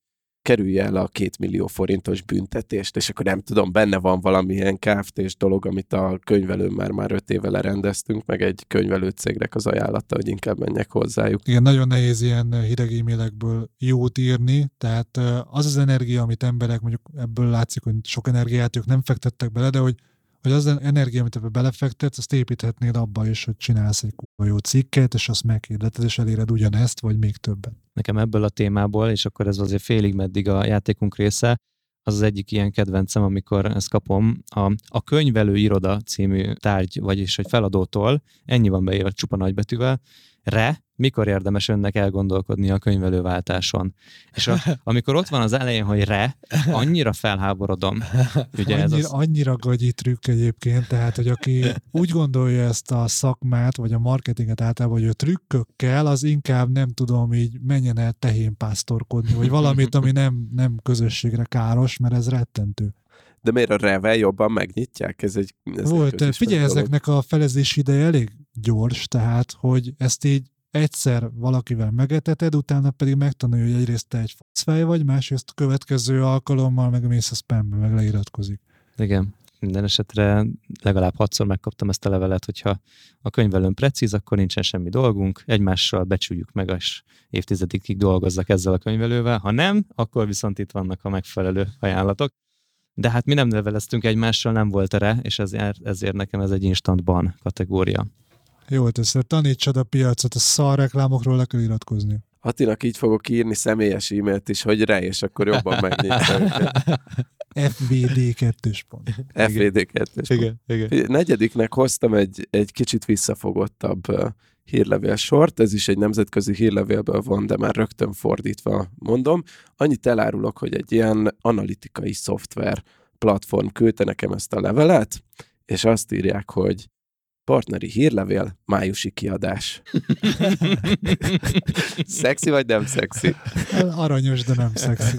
kerülje el a két millió forintos büntetést, és akkor nem tudom, benne van valamilyen ká ef té-s dolog, amit a könyvelőn már már öt éve lerendeztünk, meg egy könyvelő cégnek az ajánlata, hogy inkább menjek hozzájuk. Igen, nagyon nehéz ilyen hideg e-mailekből jót írni, tehát az az energia, amit emberek, mondjuk ebből látszik, hogy sok energiát ők nem fektettek bele, de hogy hogy az energia, amit ebbe belefektetsz, azt építhetnéd abba is, hogy csinálsz egy kurva jó cikket, és azt meghirdeted, és eléred ugyanezt, vagy még többet. Nekem ebből a témából, és akkor ez azért félig meddig a játékunk része, az az egyik ilyen kedvencem, amikor ezt kapom, a, a könyvelő iroda című tárgy, vagyis hogy feladótól, ennyi van beírva csupa nagybetűvel, re, mikor érdemes önnek elgondolkodni a könyvelőváltáson. És a, amikor ott van az elején, hogy re, annyira felháborodom. Ugye annyira, ez az... annyira gagyi trükk egyébként, tehát, hogy aki úgy gondolja ezt a szakmát, vagy a marketinget általában, hogy ő trükkökkel, az inkább nem tudom, így menjen el tehénpásztorkodni, vagy valamit, ami nem, nem közösségre káros, mert ez rettentő. De miért a revel jobban megnyitják? Ez egy... Ez Volt, egy figyelj, ezeknek a felezési ideje elég gyors, tehát, hogy ezt így egyszer valakivel megeteted, utána pedig megtanulja, hogy egyrészt te egy faszfej vagy, másrészt a következő alkalommal meg mész a spambe, meg leiratkozik. Igen. Minden esetre legalább hatszor megkaptam ezt a levelet, hogyha a könyvelőn precíz, akkor nincsen semmi dolgunk, egymással becsüljük meg, és évtizedekig dolgozzak ezzel a könyvelővel. Ha nem, akkor viszont itt vannak a megfelelő ajánlatok. De hát mi nem leveleztünk egymással, nem volt erre, és ezért, ezért nekem ez egy instant ban kategória. Jó, teszed, tanítsad a piacot, a szar reklámokról le kell iratkozni. Attinak így fogok írni személyes e-mailt is, hogy re, és akkor jobban megnyitja őket. ef vé dé kettős pont. ef vé dé kettős pont. Igen, igen. Negyediknek hoztam egy, egy kicsit visszafogottabb uh, hírlevél sort, ez is egy nemzetközi hírlevélből van, de már rögtön fordítva mondom. Annyit elárulok, hogy egy ilyen analitikai szoftver platform küldte nekem ezt a levelet, és azt írják, hogy partneri hírlevél, májusi kiadás. Szexi vagy nem szexi? Aranyos, de nem szexi.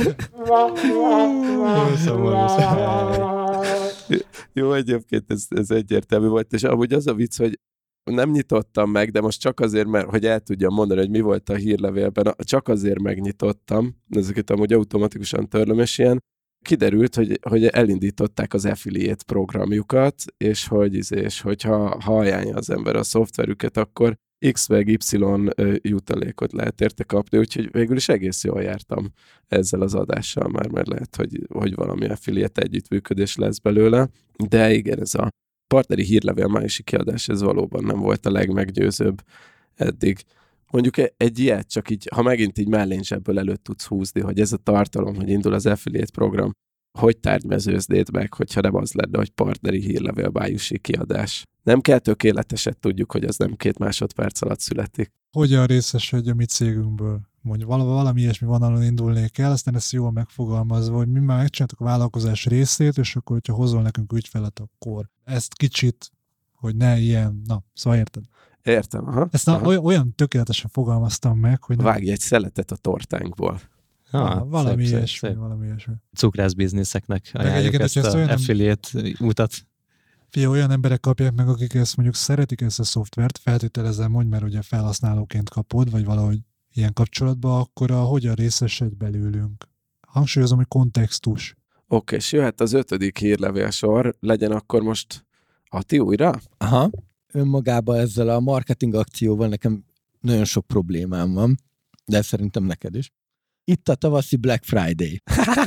Jó, egyébként ez, ez egyértelmű volt, és amúgy az a vicc, hogy nem nyitottam meg, de most csak azért, mert hogy el tudjam mondani, hogy mi volt a hírlevélben, csak azért megnyitottam, ezeket amúgy automatikusan törlöm, és ilyen kiderült, hogy, hogy elindították az affiliate programjukat, és hogy és hogyha ha ajánlja az ember a szoftverüket, akkor X meg Y jutalékot lehet érte kapni, úgyhogy végül is egész jól jártam ezzel az adással már, mert lehet, hogy, hogy valami affiliate együttműködés lesz belőle, de igen, ez a partneri hírlevél májusi kiadás, ez valóban nem volt a legmeggyőzőbb eddig. Mondjuk egy ilyet csak így, ha megint így mellényzsebből előtt tudsz húzni, hogy ez a tartalom, hogy indul az affiliate program, hogy tárgymezőznéd meg, hogyha nem az lenne, hogy partneri hírlevél májusi kiadás. Nem kell tökéleteset, tudjuk, hogy ez nem két másodperc alatt születik. Hogyan részesedj a mi cégünkből? Mondjuk valami ilyesmi vonalon indulnék el, aztán ezt jól megfogalmazva, hogy mi már megcsináltuk a vállalkozás részét, és akkor, hogyha hozol nekünk ügyfelet, akkor ezt kicsit, hogy ne ilyen, na, szóval érted? Értem, aha. Ezt aha. Na, olyan, olyan tökéletesen fogalmaztam meg, hogy... Vágj egy szeletet a tortánkból. Ah, valami szép, ilyesmi, szép. valami ilyesmi. Cukrász bizniszeknek ajánljuk ezt, ezt a affiliate utat. Figyelj, olyan emberek kapják meg, akik ezt mondjuk szeretik ezt a szoftvert, feltételezem, hogy mert ugye felhasználóként kapod, vagy valahogy ilyen kapcsolatban, akkor a hogyan részesedj belőlünk. Hangsúlyozom, hogy kontextus. Oké, és jöhet az ötödik hírlevélsor, legyen akkor most Atti újra? Aha. Önmagában ezzel a marketing akcióval nekem nagyon sok problémám van, de szerintem neked is. Itt a tavaszi Black Friday.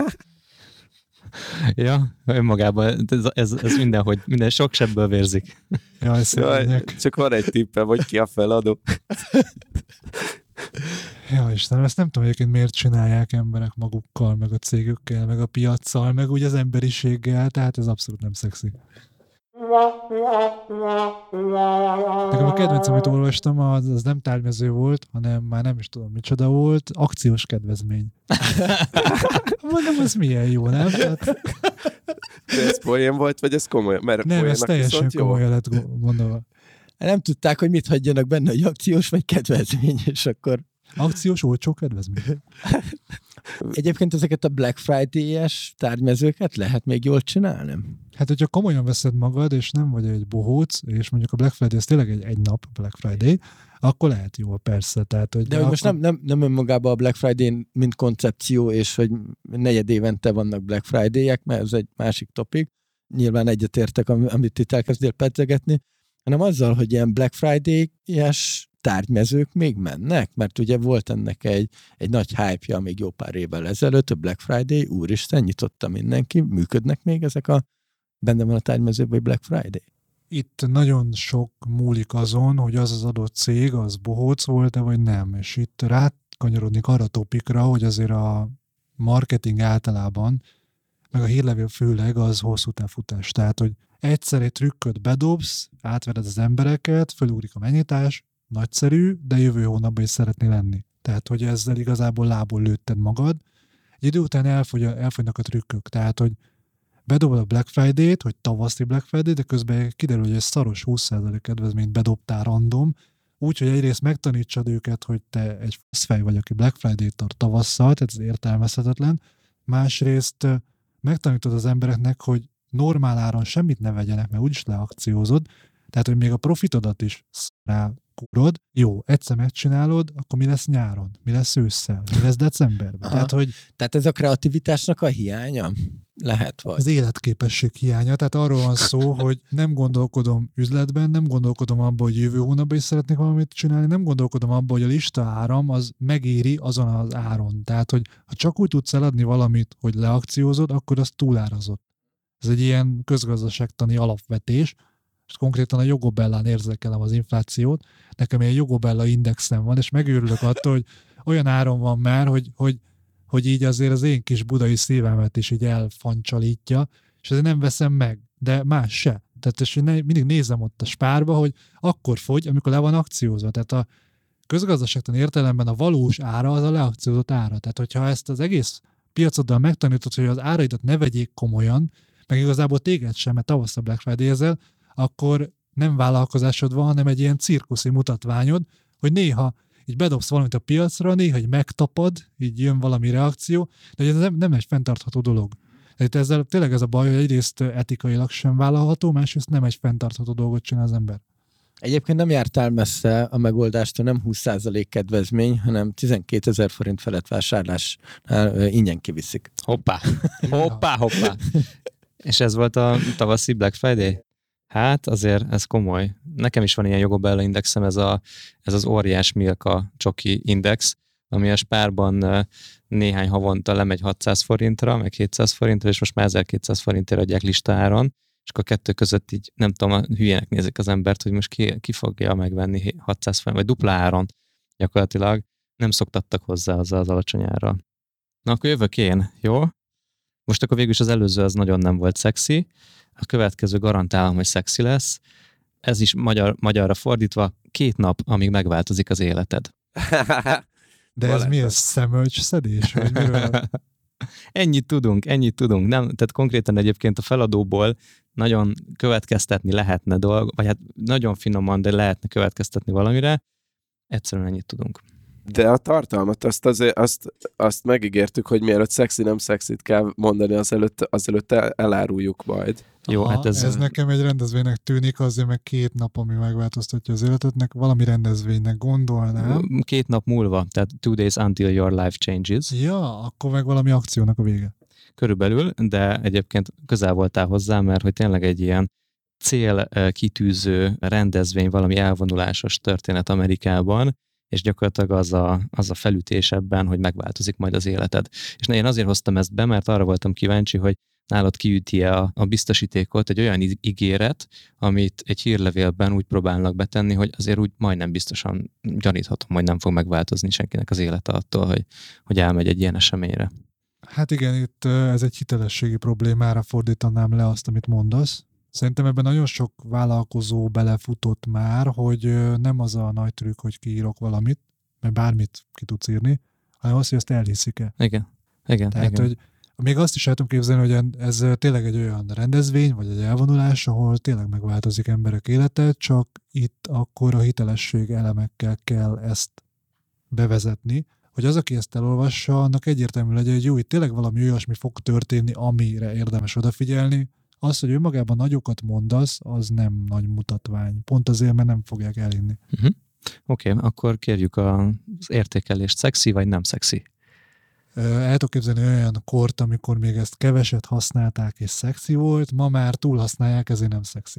Ja, önmagában ez, ez, ez mindenhogy, minden sok sebből vérzik. Jaj, Jaj, csak van egy tippem, hogy ki a feladó. Ja, Istenem, ezt nem tudom egyébként miért csinálják emberek magukkal, meg a cégükkel, meg a piaccal, meg úgy az emberiséggel, tehát ez abszolút nem szexi. Nekem a kedvenc, amit olvastam, az, az nem tárgymező volt, hanem már nem is tudom micsoda volt, akciós kedvezmény. Mondom, ez milyen jó, nem? Tehát... De ez poén volt, vagy ez komoly? Mert nem, ez teljesen komoly lett gondolva. Nem tudták, hogy mit hagyjanak benne, hogy akciós vagy kedvezmény, és akkor... Akciós olcsó kedvezmény. Egyébként ezeket a Black Friday-es tárgymezőket lehet még jól csinálni? Hát, hogyha komolyan veszed magad, és nem vagy egy bohóc, és mondjuk a Black Friday, ez tényleg egy, egy nap Black Friday, akkor lehet jó, persze. Tehát, hogy de hogy akkor... most nem, nem, nem önmagában a Black Friday mint koncepció, és hogy negyed évente vannak Black Friday-ek, mert ez egy másik topik. Nyilván egyetértek, amit itt elkezdél pedzegetni, hanem azzal, hogy ilyen Black Friday-es tárgymezők még mennek, mert ugye volt ennek egy, egy nagy hype-ja még jó pár évvel ezelőtt, a Black Friday, úristen, nyitotta mindenki, működnek még ezek a, benne van a tárgymezőben Black Friday? Itt nagyon sok múlik azon, hogy az az adott cég, az bohóc volt-e, vagy nem. És itt rákanyarodnék arra a topikra, hogy azért a marketing általában, meg a hírlevél főleg az hosszú távfutás. Tehát, hogy egyszer egy trükköt bedobsz, átvered az embereket, fölugrik a megnyitás, nagyszerű, de jövő hónapban is szeretné lenni. Tehát, hogy ezzel igazából lából lőtted magad. Egy idő után elfogy, elfogynak a trükkök. Tehát, hogy bedobod a Black Friday-t, hogy tavaszi Black Friday, de közben kiderül, hogy egy szaros húsz százalék kedvezményt bedobtál random, úgyhogy egyrészt megtanítsad őket, hogy te egy fej vagy, aki Black Friday-t tart tavasszal, tehát ez értelmezhetetlen. Másrészt megtanítod az embereknek, hogy normál áron semmit ne vegyenek, mert úgyis leakciózod, tehát, hogy még a profitodat is rá kúrod, jó, egyszer megcsinálod, akkor mi lesz nyáron? Mi lesz ősszel? Mi lesz decemberben? Tehát, hogy tehát ez a kreativitásnak a hiánya? Lehet vagy. Az életképesség hiánya, tehát arról van szó, hogy nem gondolkodom üzletben, nem gondolkodom abban, hogy jövő hónapban is szeretnék valamit csinálni, nem gondolkodom abban, hogy a lista áram az megéri azon az áron. Tehát, hogy ha csak úgy tudsz eladni valamit, hogy leakciózod, akkor az túlárazott. Ez egy ilyen közgazdaságtani alapvetés, és konkrétan a Jogobellán érzékelem az inflációt. Nekem ilyen Jogobella indexem van, és megőrülök attól, hogy olyan áron van már, hogy, hogy, hogy így azért az én kis budai szívemet is így elfancsalítja, és ezért nem veszem meg, de más se. Tehát és én mindig nézem ott a spárba, hogy akkor fogy, amikor le van akciózva. Tehát a közgazdaságtan értelemben a valós ára az a leakciózott ára. Tehát hogyha ezt az egész piacoddal megtanítod, hogy az áraidat ne vegyék komolyan, meg igazából téged sem, mert tavasszal Black Friday-ezel, akkor nem vállalkozásod van, hanem egy ilyen cirkuszi mutatványod, hogy néha így bedobsz valamit a piacra, néha így megtapad, így jön valami reakció, de ez nem, nem egy fenntartható dolog. Tehát ezzel tényleg ez a baj, hogy egyrészt etikailag sem vállalható, másrészt nem egy fenntartható dolgot csinál az ember. Egyébként nem jártál messze a megoldástól, nem húsz százalék kedvezmény, hanem tizenkétezer forint felett vásárlásnál ingyen kiviszik. Hoppá, hoppá, hoppá. És ez volt a tavaszi Black Friday? Hát azért ez komoly. Nekem is van ilyen Jogobella indexem, ez, a, ez az óriás Milka csoki index, ami a Spárban néhány havonta lemegy hatszáz forintra, meg hétszáz forintra, és most már ezerkétszáz forintért adják listáron, és akkor a kettő között így nem tudom, a hülyének nézik az embert, hogy most ki, ki fogja megvenni hatszáz forint, vagy dupla áron gyakorlatilag. Nem szoktattak hozzá az az alacsony ára. Na akkor jövök én, jó? Most akkor végül is az előző az nagyon nem volt szexi, a következő garantálom, hogy szexi lesz. Ez is magyar, magyarra fordítva, két nap, amíg megváltozik az életed. De ez mi, ez szemölcs szedés? Vagy miről? Ennyit tudunk, ennyit tudunk. Nem, tehát konkrétan egyébként a feladóból nagyon következtetni lehetne dolg, vagy hát nagyon finoman, de lehetne következtetni valamire. Egyszerűen ennyit tudunk. De a tartalmat, azt, azért, azt, azt megígértük, hogy mielőtt szexi, nem szexit kell mondani, azelőtt, azelőtt eláruljuk majd. Jó, Aha, hát ez... ez nekem egy rendezvénynek tűnik, azért meg két nap, ami megváltoztatja az életetnek, valami rendezvénynek gondolnám. Két nap múlva, tehát two days until your life changes. Ja, akkor meg valami akciónak a vége. Körülbelül, de egyébként közel voltál hozzá, mert hogy tényleg egy ilyen célkitűző rendezvény, valami elvonulásos történet Amerikában, és gyakorlatilag az a, az a felütés ebben, hogy megváltozik majd az életed. És én azért hoztam ezt be, mert arra voltam kíváncsi, hogy nálad kiüti-e a, a biztosítékot egy olyan ígéret, amit egy hírlevélben úgy próbálnak betenni, hogy azért úgy majdnem biztosan gyaníthatom, hogy nem fog megváltozni senkinek az élete attól, hogy, hogy elmegy egy ilyen eseményre. Hát igen, itt ez egy hitelességi problémára fordítanám le azt, amit mondasz. Szerintem ebben nagyon sok vállalkozó belefutott már, hogy nem az a nagy trükk, hogy kiírok valamit, mert bármit ki tudsz írni, hanem az, hogy ezt elhiszik-e. Igen, igen, Tehát, igen. hogy még azt is el tudom képzelni, hogy ez tényleg egy olyan rendezvény, vagy egy elvonulás, ahol tényleg megváltozik emberek élete, csak itt akkor a hitelesség elemekkel kell ezt bevezetni, hogy az, aki ezt elolvassa, annak egyértelmű legyen, hogy jó, itt tényleg valami olyasmi fog történni, amire érdemes odafigyelni. Az, hogy önmagában nagyokat mondasz, az nem nagy mutatvány. Pont azért, mert nem fogják elhinni. Uh-huh. Oké, okay, akkor kérjük az értékelést. Szexi vagy nem szexi? El tudok képzelni olyan kort, amikor még ezt keveset használták, és szexi volt, ma már túl használják, ezért nem szexi.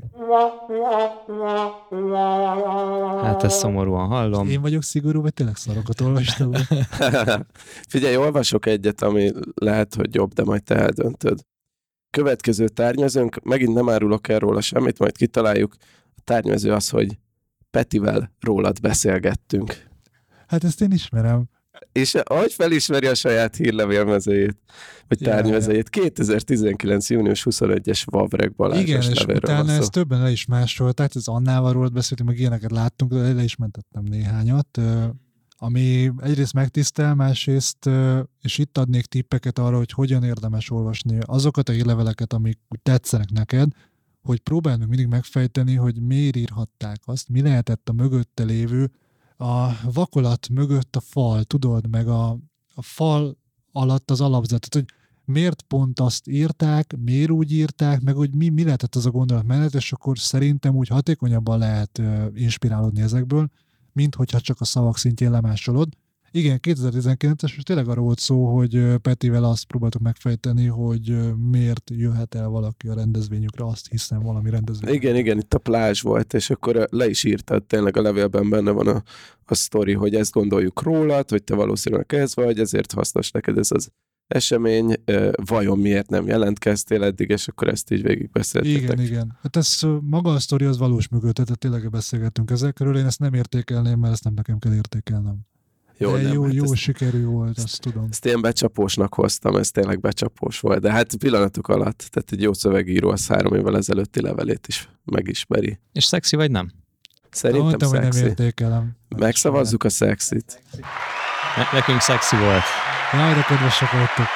Hát ezt szomorúan hallom. Én vagyok szigorú, vagy tényleg szarokat olvastam? Figyelj, olvasok egyet, ami lehet, hogy jobb, de majd te eldöntöd. Következő tárgymezőnk, megint nem árulok el róla semmit, majd kitaláljuk. A tárgymező az, hogy Petivel rólad beszélgettünk. Hát ezt én ismerem. És ahogy felismeri a saját hírlevélmezőjét, vagy ja, tárgymezőjét, ja. kétezer-tizenkilenc. június huszonegyedikéves Vavreg Balázsos igen, és utána ezt többen le is másolták, ez Annával rólad beszéltünk, meg ilyeneket láttunk, de le is mentettem néhányat, ami egyrészt megtisztel, másrészt, és itt adnék tippeket arra, hogy hogyan érdemes olvasni azokat a hírleveleket, amik úgy tetszenek neked, hogy próbáljuk mindig megfejteni, hogy miért írhatták azt, mi lehetett a mögötte lévő, a vakolat mögött a fal, tudod, meg a, a fal alatt az alapzatot, hogy miért pont azt írták, miért úgy írták, meg hogy mi, mi lehetett az a gondolatmenet, és akkor szerintem úgy hatékonyabban lehet uh, inspirálódni ezekből, mint hogyha csak a szavak szintjén lemásolod. Igen, kétezer-tizenkilences, és tényleg arról volt szó, hogy Petivel azt próbáltuk megfejteni, hogy miért jöhet el valaki a rendezvényükre, azt hiszem valami rendezvény. Igen, igen, itt a plázs volt, és akkor le is írtad, tényleg a levélben benne van a, a sztori, hogy ezt gondoljuk rólad, hogy te valószínűleg ez vagy, ezért hasznos neked ez az esemény, vajon miért nem jelentkeztél eddig, és akkor ezt így végigbeszéltetek. Igen, igen. Hát ez maga a sztori az valós mögött, tehát tényleg beszélgettünk ezekről, én ezt nem értékelném, mert ezt nem nekem kell értékelnem. Jó, de nem, jó, hát jó ezt, sikerű volt, azt tudom. Ezt én becsapósnak hoztam, ez tényleg becsapós volt, de hát pillanatok alatt, tehát egy jó szövegíró az három évvel ezelőtti levelét is megismeri. És szexi vagy nem? Szerintem mondtam, szexi. Hogy nem értékelem. Megszavazzuk a szexit. Ne, nekünk szexi volt. Jaj, de kedvesek voltok.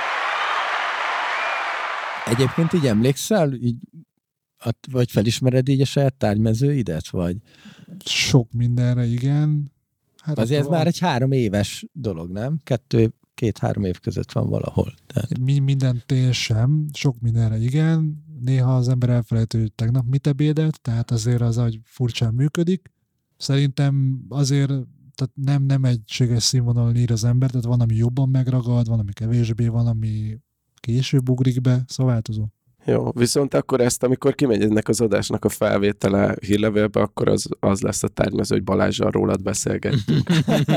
Egyébként így emlékszel, így, vagy felismered így a saját tárgymezőidet, vagy? Sok mindenre, igen. Hát azért ez már egy három éves dolog, nem? Kettő, két-három év között van valahol. Tehát... Mi, minden tény sem, sok mindenre igen. Néha az ember elfelejtő, hogy tegnap mit ebédelt, tehát azért az, hogy furcsán működik. Szerintem azért tehát nem, nem egységes színvonalon ír az ember, tehát van, ami jobban megragad, van, ami kevésbé, van, ami később ugrik be, szóval változó. Jó, viszont akkor ezt, amikor kimegy ennek az adásnak a felvétele hírlevélbe, akkor az, az lesz a tárgymező, hogy Balázsral rólad beszélgettünk.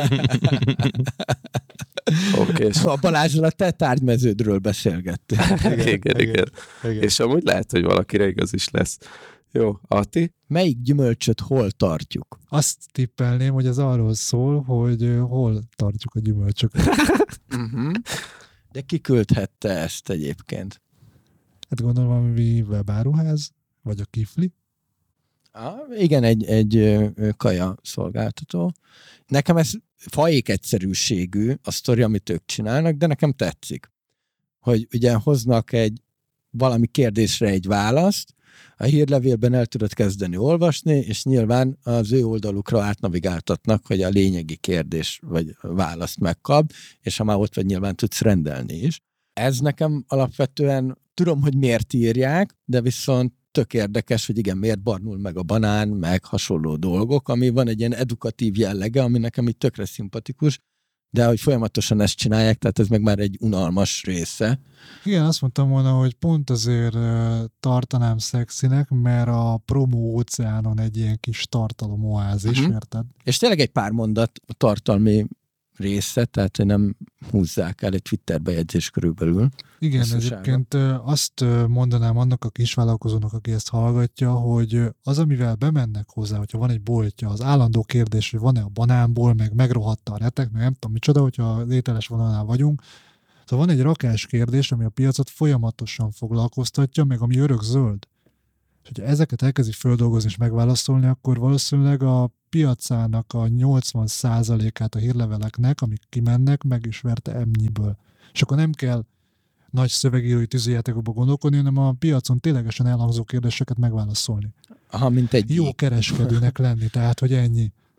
Okay, és... A Balázsral a te tárgymeződről beszélgettünk. igen, igen, igen, igen. igen. És amúgy lehet, hogy valakire igaz is lesz. Jó, Ati? Melyik gyümölcsöt hol tartjuk? Azt tippelném, hogy ez arról szól, hogy hol tartjuk a gyümölcsöket. uh-huh. De ki küldhette ezt egyébként? Hát gondolom, valami webáruház, vagy a Kifli. Ah, igen, egy, egy kaja szolgáltató. Nekem ez faék egyszerűségű, a sztori, amit ők csinálnak, de nekem tetszik. Hogy ugye hoznak egy valami kérdésre egy választ, a hírlevélben el tudod kezdeni olvasni, és nyilván az ő oldalukra átnavigáltatnak, hogy a lényegi kérdés vagy választ megkap, és ha már ott vagy, nyilván tudsz rendelni is. Ez nekem alapvetően, tudom, hogy miért írják, de viszont tök érdekes, hogy igen, miért barnul meg a banán, meg hasonló dolgok, ami van egy ilyen edukatív jellege, ami nekem így tökre szimpatikus, de hogy folyamatosan ezt csinálják, tehát ez meg már egy unalmas része. Igen, azt mondtam volna, hogy pont azért tartanám szexinek, mert a promó óceánon egy ilyen kis tartalomoázis, uh-huh. érted? És tényleg egy pár mondat a tartalmi része, tehát hogy nem húzzák el egy Twitter bejegyzés körülbelül. Igen, egyébként azt mondanám annak a kisvállalkozónak, aki ezt hallgatja, hogy az, amivel bemennek hozzá, hogyha van egy boltja, az állandó kérdés, hogy van-e a banánból, meg megrohadta a retek, meg nem tudom micsoda, hogyha az ételes vonalnál vagyunk. Szóval van egy rakás kérdés, ami a piacot folyamatosan foglalkoztatja, meg ami örök zöld. És hogyha ezeket elkezdi földolgozni és megválaszolni, akkor valószínűleg a piacának a nyolcvan százalékát a hírleveleknek, amik kimennek, meg is verte emnnyiből. És akkor nem kell nagy szövegírói tűzijátékokba gondolkodni, hanem a piacon ténylegesen elhangzó kérdéseket megválaszolni. Aha, mint egy jó kereskedőnek lenni, tehát, hogy ennyi.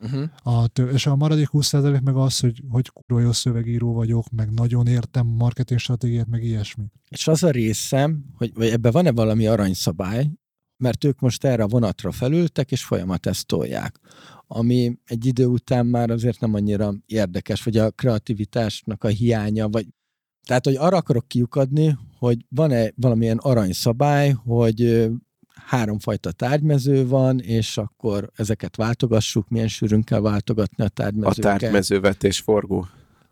Uh-huh. A tő, és a maradék húsz százalék meg az, hogy, hogy kurva jó szövegíró vagyok, meg nagyon értem marketing stratégiát, meg ilyesmi. És az a részem, hogy vagy ebben van-e valami aranyszabály, mert ők most erre a vonatra felültek, és folyamat ezt tolják. Ami egy idő után már azért nem annyira érdekes, vagy a kreativitásnak a hiánya, vagy tehát, hogy arra akarok kiukadni, hogy van-e valamilyen aranyszabály, hogy háromfajta tárgymező van, és akkor ezeket váltogassuk, milyen sűrűn kell váltogatni a tárgymezőket. A tárgymezővetés forgó.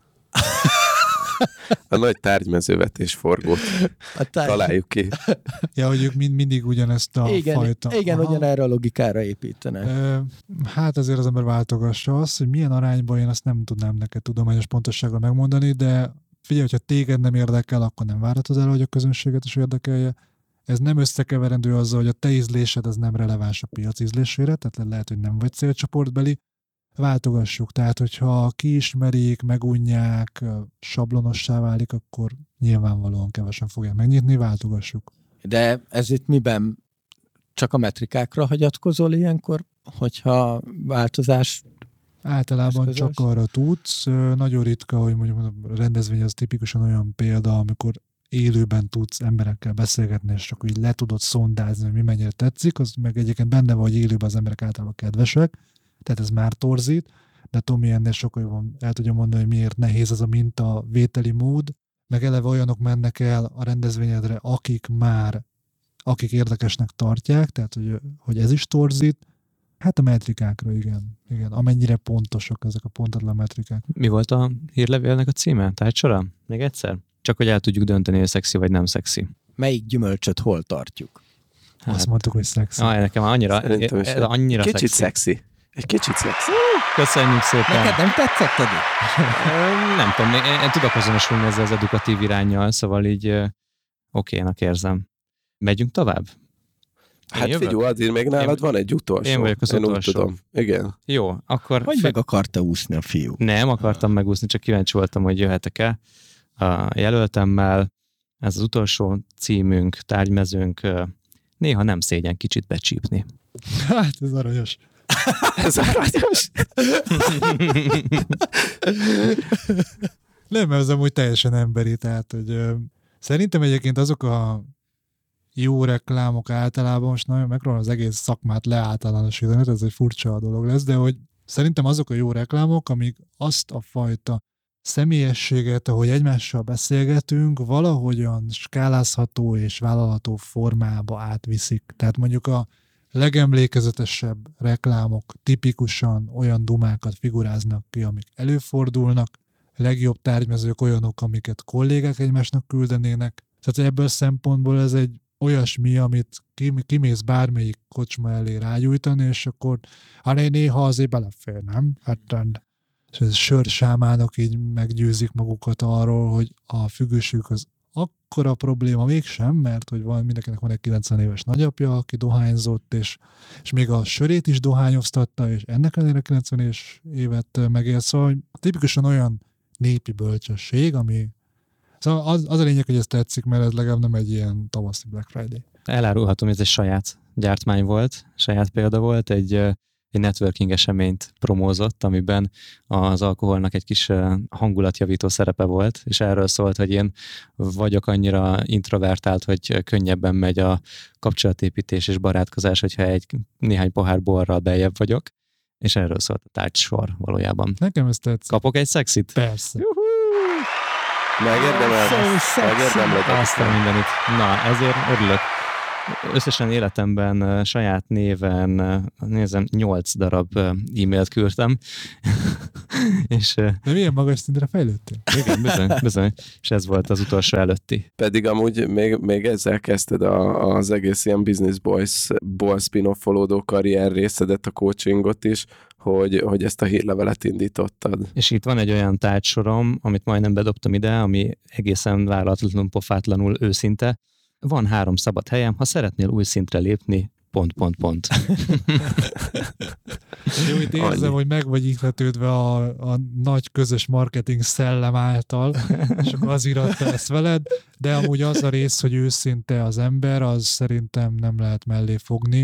A nagy tárgymezővetés forgót. A tárgy... Találjuk ki. Ja, hogy ők mind, mindig ugyanezt a igen, fajta... Igen, ugyanerre a logikára építenek. Ö, hát azért az ember váltogassa azt, hogy milyen arányban én azt nem tudnám neked tudományos pontossággal megmondani, de figyelj, hogyha téged nem érdekel, akkor nem várhatod el, hogy a közönséget is érdekelje. Ez nem összekeverendő azzal, hogy a te ízlésed az nem releváns a piac ízlésére, tehát lehet, hogy nem vagy célcsoportbeli. Váltogassuk, tehát hogyha kiismerik, megunják, sablonossá válik, akkor nyilvánvalóan kevesen fogják megnyitni, váltogassuk. De ez itt miben? Csak a metrikákra hagyatkozol ilyenkor, hogyha változás? Általában eszközös? Csak arra tudsz. Nagyon ritka, hogy mondjuk a rendezvény az tipikusan olyan példa, amikor élőben tudsz emberekkel beszélgetni, és csak úgy le tudod szondázni, hogy mi mennyire tetszik, az meg egyébként benne van, hogy élőben az emberek általában kedvesek, tehát ez már torzít, de Tomi ennél sokkal jobban el tudja mondani, hogy miért nehéz az a minta vételi mód, meg eleve olyanok mennek el a rendezvényedre, akik már, akik érdekesnek tartják, tehát hogy, hogy ez is torzít. Hát a metrikákra, igen. igen. Amennyire pontosak ezek a pontatlan metrikák. Mi volt a hírlevélnek a címe? Tárgysora? Még egyszer? Csak hogy el tudjuk dönteni, hogy szexi vagy nem szexi. Melyik gyümölcsöt hol tartjuk? Hát. Azt mondtuk, hogy szexi. Ah, nekem annyira, ez annyira kicsit szexi. szexi. Egy kicsit szexi. Köszönjük szépen. Neked nem tetszett, Edi? Nem tudom, én, én tudok azonosulni ezzel az edukatív iránnyal, szóval így okénak érzem. Megyünk tovább? Hát figyelj, Adi, még nálad én, van egy utolsó. Én vagyok az én utolsó. Úgy tudom. Igen. Jó, akkor... Vagy meg akarta úszni a fiú? Nem, akartam megúszni, csak kíváncsi voltam, hogy jöhetek-e a jelöltemmel. Ez az utolsó címünk, tárgymezőnk, néha nem szégyen kicsit becsípni. Hát, ez aranyos. Ez aranyos. Nem, ez amúgy teljesen emberi, tehát, hogy ö, szerintem egyébként azok a jó reklámok általában, most nagyon megpróbálom az egész szakmát leáltalánosítani, ez egy furcsa dolog lesz, de hogy szerintem azok a jó reklámok, amik azt a fajta személyességet, ahogy egymással beszélgetünk, valahogyan skálázható és vállalható formába átviszik. Tehát mondjuk a legemlékezetesebb reklámok tipikusan olyan dumákat figuráznak ki, amik előfordulnak, a legjobb tárgymezők olyanok, amiket kollégák egymásnak küldenének. Tehát ebből szempontból ez egy olyasmi, amit kimész bármelyik kocsma elé rágyújtani, és akkor hát néha azért belefér, nem? Hát, és ez sörsámánok így meggyőzik magukat arról, hogy a függőségük az akkora probléma mégsem, mert hogy van, mindenkinek van egy kilencven éves nagyapja, aki dohányzott, és, és még a sörét is dohányoztatta, és ennek ellenére kilencven évet megélt. Szóval tipikusan olyan népi bölcsesség, ami szóval az, az a lényeg, hogy ez tetszik, mert ez legalább nem egy ilyen tavaszi Black Friday. Elárulhatom, hogy ez egy saját gyártmány volt, saját példa volt, egy, egy networking eseményt promózott, amiben az alkoholnak egy kis hangulatjavító szerepe volt, és erről szólt, hogy én vagyok annyira introvertált, hogy könnyebben megy a kapcsolatépítés és barátkozás, hogyha egy néhány pohár borral beljebb vagyok, és erről szólt a tárgysor valójában. Nekem ez tetszik. Kapok egy szexit? Persze. Juhu! Megérdemel. Megérdemled. Azt a mindenit. Na, ezért örülök. Összesen életemben saját néven, nézem, nyolc darab e-mailt küldtem. és, De milyen magas szintre fejlődtél? Igen, bizony, bizony. És ez volt az utolsó előtti. Pedig amúgy még, még ezzel kezdted a, az egész ilyen Business Boys-ból spin-offolódó karrier részedet, a coachingot is, hogy, hogy ezt a hírlevelet indítottad. És itt van egy olyan tárgysorom, amit majdnem bedobtam ide, ami egészen vállalatlanul, pofátlanul őszinte. Van három szabad helyem, ha szeretnél új szintre lépni, pont, pont, pont. Jó, itt érzem, Annyi. hogy meg vagy ihletődve a, a nagy közös marketing szellem által, és akkor az iratta ezt veled, de amúgy az a rész, hogy őszinte az ember, az szerintem nem lehet mellé fogni.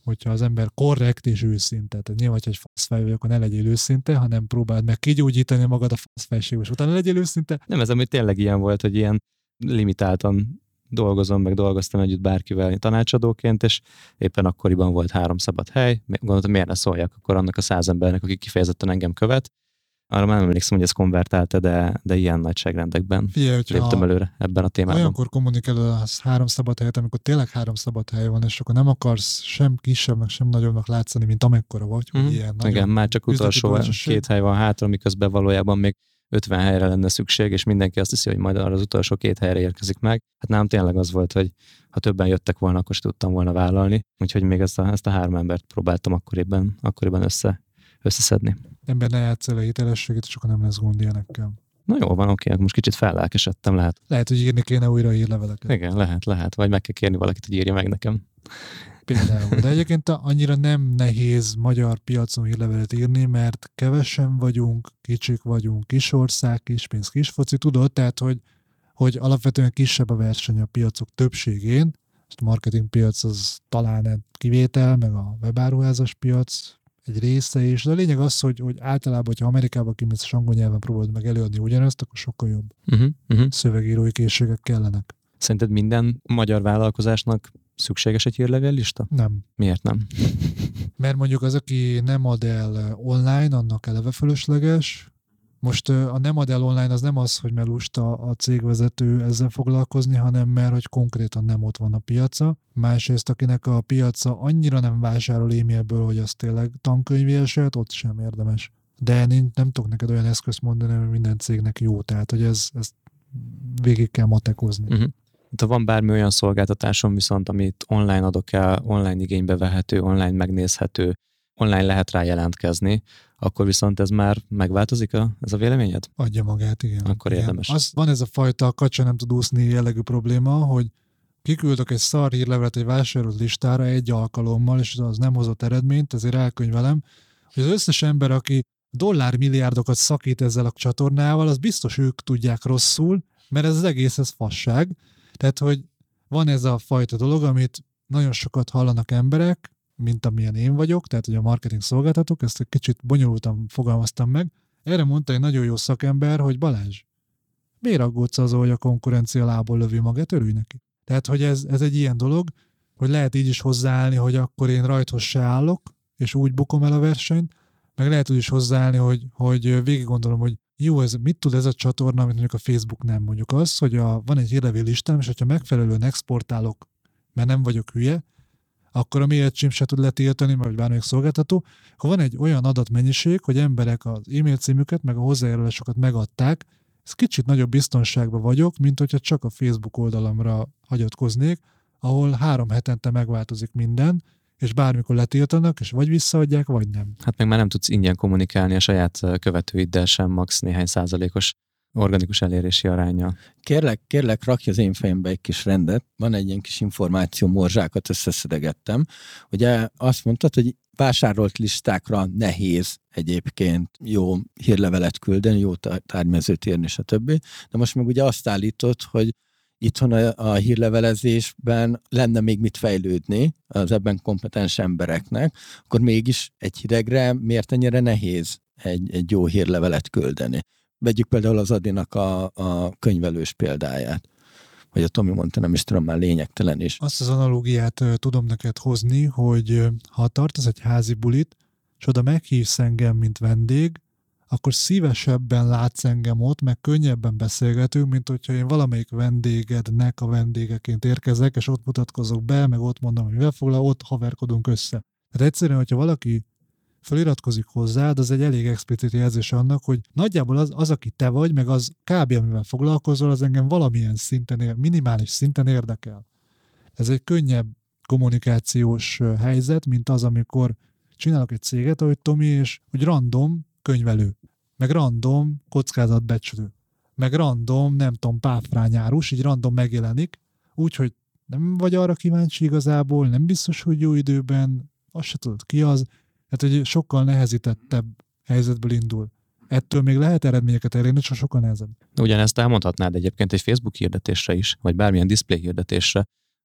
hogyha az ember korrekt és őszinte. Tehát nyilván, hogy faszfej vagy, akkor ne legyél őszinte, hanem próbáld meg kigyógyítani magad a faszfejségből, és utána legyél őszinte. Nem, ez amúgy tényleg ilyen volt, hogy ilyen limitáltan dolgozom, meg dolgoztam együtt bárkivel tanácsadóként, és éppen akkoriban volt három szabad hely. Gondoltam, miért ne szóljak akkor annak a száz embernek, aki kifejezetten engem követ. Arra már nem emlékszem, hogy ez konvertálta, de, de ilyen nagyságrendekben Figyelj, léptem előre ebben a témában. Olyankor kommunikálod a három szabad helyet, amikor tényleg három szabad hely van, és akkor nem akarsz sem kisebbnek, sem nagyobbnak látszani, mint amekkora vagy. Mm. Hogy ilyen Igen, már csak utolsó két hely van hátra, miközben valójában még ötven helyre lenne szükség, és mindenki azt hiszi, hogy majd arra az utolsó két helyre érkezik meg. Hát nálam tényleg az volt, hogy ha többen jöttek volna, akkor is tudtam volna vállalni. Úgyhogy még ezt a, ezt a három embert próbáltam akkoriban, akkoriban össze, összeszedni. Ember, ne játsz el a hitelességét, csak nem lesz gond ilyenekkel. Na jó, van, oké, most kicsit fellelkesedtem, lehet. Lehet, hogy írni kéne újra hírleveleket. Igen, lehet, lehet. Vagy meg kell kérni valakit, hogy írja meg nekem. Például. De egyébként annyira nem nehéz magyar piacon hírlevelet írni, mert kevesen vagyunk, kicsik vagyunk, kis ország, kis pénz, kis foci, tudod, tehát, hogy, hogy alapvetően kisebb a verseny a piacok többségén. A marketing piac az talán egy kivétel, meg a webáruházas piac egy része is, de a lényeg az, hogy, hogy általában, hogyha Amerikába kimész és angol nyelven próbálod meg előadni ugyanezt, akkor sokkal jobb uh-huh, uh-huh. szövegírói készségek kellenek. Szerinted minden magyar vállalkozásnak szükséges egy hírlevélista? Nem. Miért nem? Mert mondjuk az, aki nem ad el online, annak eleve fölösleges. Most a nem ad el online az nem az, hogy mert lusta a cégvezető ezzel foglalkozni, hanem mert hogy konkrétan nem ott van a piaca. Másrészt, akinek a piaca annyira nem vásárol e-mailből, hogy az tényleg tankönyvi eset, ott sem érdemes. De én nem tudok neked olyan eszközt mondani, hogy minden cégnek jó. Tehát, hogy ez, ezt végig kell matekozni. Uh-huh. Ha van bármi olyan szolgáltatásom viszont, amit online adok el, online igénybe vehető, online megnézhető, online lehet rá jelentkezni, akkor viszont ez már megváltozik a, ez a véleményed? Adja magát, igen. Akkor igen. érdemes. Az, van ez a fajta kacsa nem tud úszni jellegű probléma, hogy kiküldök egy szar hírlevelet egy vásárolt listára egy alkalommal, és az nem hozott eredményt, ezért elkönyvelem, hogy az összes ember, aki dollármilliárdokat szakít ezzel a csatornával, az biztos ők tudják rosszul, mert ez az egész, ez fasság. Tehát, hogy van ez a fajta dolog, amit nagyon sokat hallanak emberek, mint amilyen én vagyok, tehát, hogy a marketing szolgáltatók, ezt egy kicsit bonyolultan fogalmaztam meg. Erre mondta egy nagyon jó szakember, hogy Balázs, miért aggódsz azon, hogy a konkurencia lából lövi magát, örülj neki. Tehát, hogy ez, ez egy ilyen dolog, hogy lehet így is hozzáállni, hogy akkor én rajthoz se állok, és úgy bukom el a versenyt, meg lehet úgy is hozzáállni, hogy, hogy végig gondolom, hogy jó, ez, mit tud ez a csatorna, amit mondjuk a Facebook nem. Mondjuk az, hogy a, van egy hírlevél listám, és hogyha megfelelően exportálok, mert nem vagyok hülye, akkor a MailChimp se tud letiltani, vagy bármelyik szolgáltató, akkor van egy olyan adatmennyiség, hogy emberek az e-mail címüket, meg a hozzájárulásokat megadták, ez kicsit nagyobb biztonságban vagyok, mint hogyha csak a Facebook oldalamra hagyatkoznék, ahol három hetente megváltozik minden, és bármikor letiltanak, és vagy visszaadják, vagy nem. Hát meg már nem tudsz ingyen kommunikálni a saját követőiddel sem, max néhány százalékos organikus elérési aránya. Kérlek, kérlek, rakj az én fejembe egy kis rendet. Van egy ilyen kis információ morzsákat, összeszedegettem. Ugye azt mondtad, hogy vásárolt listákra nehéz egyébként jó hírlevelet küldeni, jó tárgymezőt írni, stb. De most meg ugye azt állított, hogy itthon a, a hírlevelezésben lenne még mit fejlődni az ebben kompetens embereknek, akkor mégis egy hidegre miért ennyire nehéz egy, egy jó hírlevelet küldeni? Vegyük például az Adinak a, a könyvelős példáját. Vagy a Tomi mondta, nem is tudom, már lényegtelen is. Azt az analógiát uh, tudom neked hozni, hogy uh, ha tartasz egy házi bulit, és oda meghívsz engem, mint vendég, akkor szívesebben látsz engem ott, meg könnyebben beszélgetünk, mint hogyha én valamelyik vendégednek a vendégeként érkezek, és ott mutatkozok be, meg ott mondom, hogy mivel foglal, ott haverkodunk össze. Tehát egyszerűen, hogyha valaki feliratkozik hozzád, az egy elég explicit jelzés annak, hogy nagyjából az, az, aki te vagy, meg az kb. Amivel foglalkozol, az engem valamilyen szinten, minimális szinten érdekel. Ez egy könnyebb kommunikációs helyzet, mint az, amikor csinálok egy céget, ahogy Tomi, és úgy random könyvelő, meg random kockázatbecslő, meg random, nem tudom, páfrányárus, így random megjelenik, úgyhogy nem vagy arra kíváncsi igazából, nem biztos, hogy jó időben, azt se tudod ki az, tehát, hogy sokkal nehezítettebb helyzetből indul. Ettől még lehet eredményeket elérni, csak sokkal nehezebb. Ugyanezt elmondhatnád egyébként egy Facebook hirdetésre is, vagy bármilyen display hirdetésre,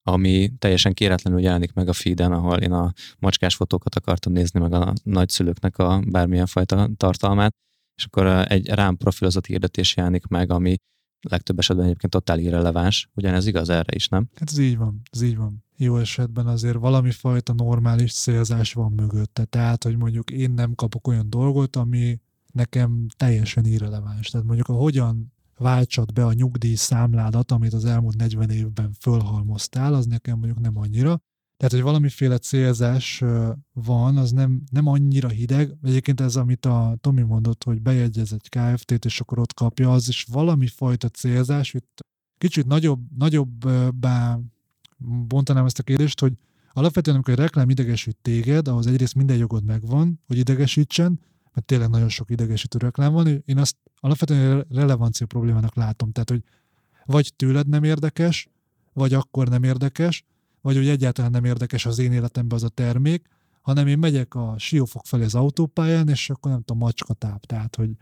ami teljesen kéretlenül jelenik meg a feeden, ahol én a macskás fotókat akartam nézni, meg a nagyszülőknek a bármilyen fajta tartalmát, és akkor egy rám profilozott hirdetés jelenik meg, ami legtöbb esetben egyébként totál irreleváns. Ugyanez igaz erre is, nem? Hát ez így van, ez így van. Jó esetben azért valami fajta normális célzás van mögötte. Tehát, hogy mondjuk én nem kapok olyan dolgot, ami nekem teljesen irreleváns. Tehát mondjuk a hogyan váltsad be a nyugdíj számládat, amit az elmúlt negyven évben fölhalmoztál, az nekem mondjuk nem annyira. Tehát, hogy valamiféle célzás van, az nem, nem annyira hideg. Egyébként ez, amit a Tomi mondott, hogy bejegyez egy ká ef té-t, és akkor ott kapja, az is valami fajta célzás. Itt kicsit nagyobb, nagyobbá bontanám ezt a kérdést, hogy alapvetően, amikor egy reklám idegesít téged, ahhoz egyrészt minden jogod megvan, hogy idegesítsen, mert tényleg nagyon sok idegesítő reklám van, én azt alapvetően relevancia problémának látom. Tehát, hogy vagy tőled nem érdekes, vagy akkor nem érdekes, vagy hogy egyáltalán nem érdekes az én életemben az a termék, hanem én megyek a Siófok felé az autópályán, és akkor nem tudom, macskatáp. Tehát, hogy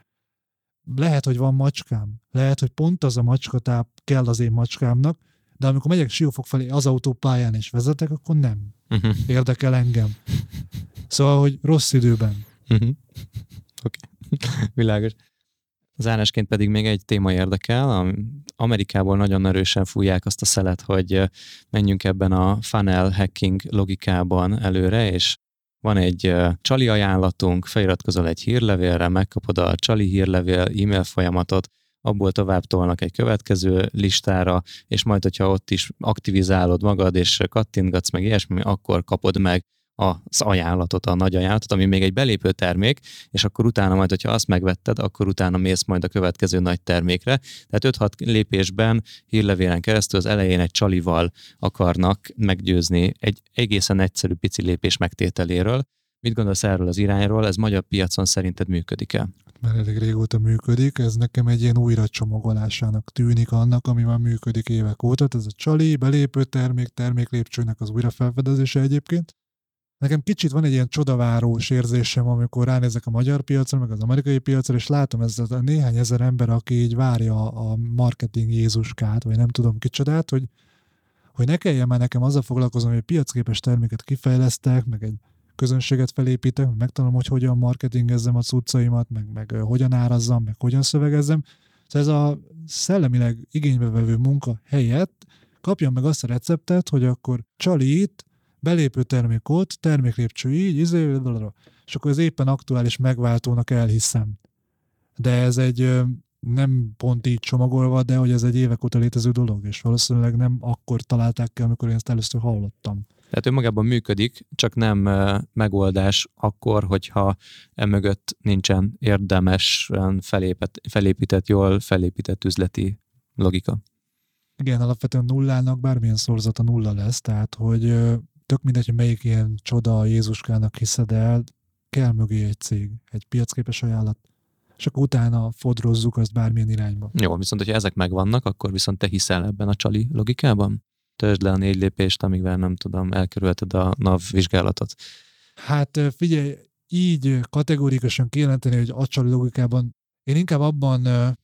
lehet, hogy van macskám, lehet, hogy pont az a macskatáp kell az én macskámnak, de amikor megyek Siófok felé az autópályán és vezetek, akkor nem uh-huh. érdekel engem. Szóval, hogy rossz időben. Uh-huh. Oké, okay. Világos. Zárásként pedig még egy téma érdekel. Amerikából nagyon erősen fújják azt a szelet, hogy menjünk ebben a funnel hacking logikában előre, és van egy csali ajánlatunk, feliratkozol egy hírlevélre, megkapod a csali hírlevél e-mail folyamatot, abból tovább tolnak egy következő listára, és majd, hogyha ott is aktivizálod magad, és kattintgatsz meg ilyesmi, akkor kapod meg az ajánlatot, a nagy ajánlatot, ami még egy belépő termék, és akkor utána majd, hogyha azt megvetted, akkor utána mész majd a következő nagy termékre. Tehát öt-hat lépésben hírlevélen keresztül az elején egy csalival akarnak meggyőzni egy egészen egyszerű pici lépés megtételéről. Mit gondolsz erről az irányról? Ez magyar piacon szerinted működik-e? Már elég régóta működik, ez nekem egy ilyen újra csomagolásának tűnik annak, ami már működik évek óta. Ez a csali, belépő termék, terméklépcsőnek az újrafelfedezése egyébként. Nekem kicsit van egy ilyen csodavárós érzésem, amikor ránézek a magyar piacra, meg az amerikai piacra, és látom ezt a néhány ezer ember, aki így várja a marketing Jézuskát, vagy nem tudom kicsodát, hogy, hogy ne kelljen már nekem azzal foglalkoznom, hogy piacképes terméket kifejlesztek, meg egy közönséget felépítek, meg megtanulom, hogy hogyan marketingezzem a cuccaimat, meg, meg hogyan árazzam, meg hogyan szövegezzem. Szóval ez a szellemileg igénybevevő munka helyett kapjam meg azt a receptet, hogy akkor csali itt, belépő termék ott, terméklépcső így, izé, és akkor ez éppen aktuális megváltónak elhiszem. De ez egy nem pont így csomagolva, de hogy ez egy évek óta létező dolog, és valószínűleg nem akkor találták ki, amikor én ezt először hallottam. Tehát önmagában működik, csak nem megoldás akkor, hogyha emögött nincsen érdemesen felépített, felépített, jól felépített üzleti logika. Igen, alapvetően nullának bármilyen szorzata nulla lesz, tehát hogy tök mindegy, hogy melyik ilyen csoda Jézuskának hiszed el, kell mögé egy cég, egy piacképes ajánlat, és akkor utána fodrozzuk azt bármilyen irányba. Jó, viszont hogyha ezek megvannak, akkor viszont te hiszel ebben a csali logikában? Töltsd le a négy lépést, amíg nem tudom, elkerülheted a NAV vizsgálatot. Hát figyelj, így kategórikusan kijelenteni, hogy a csali logikában én inkább abban,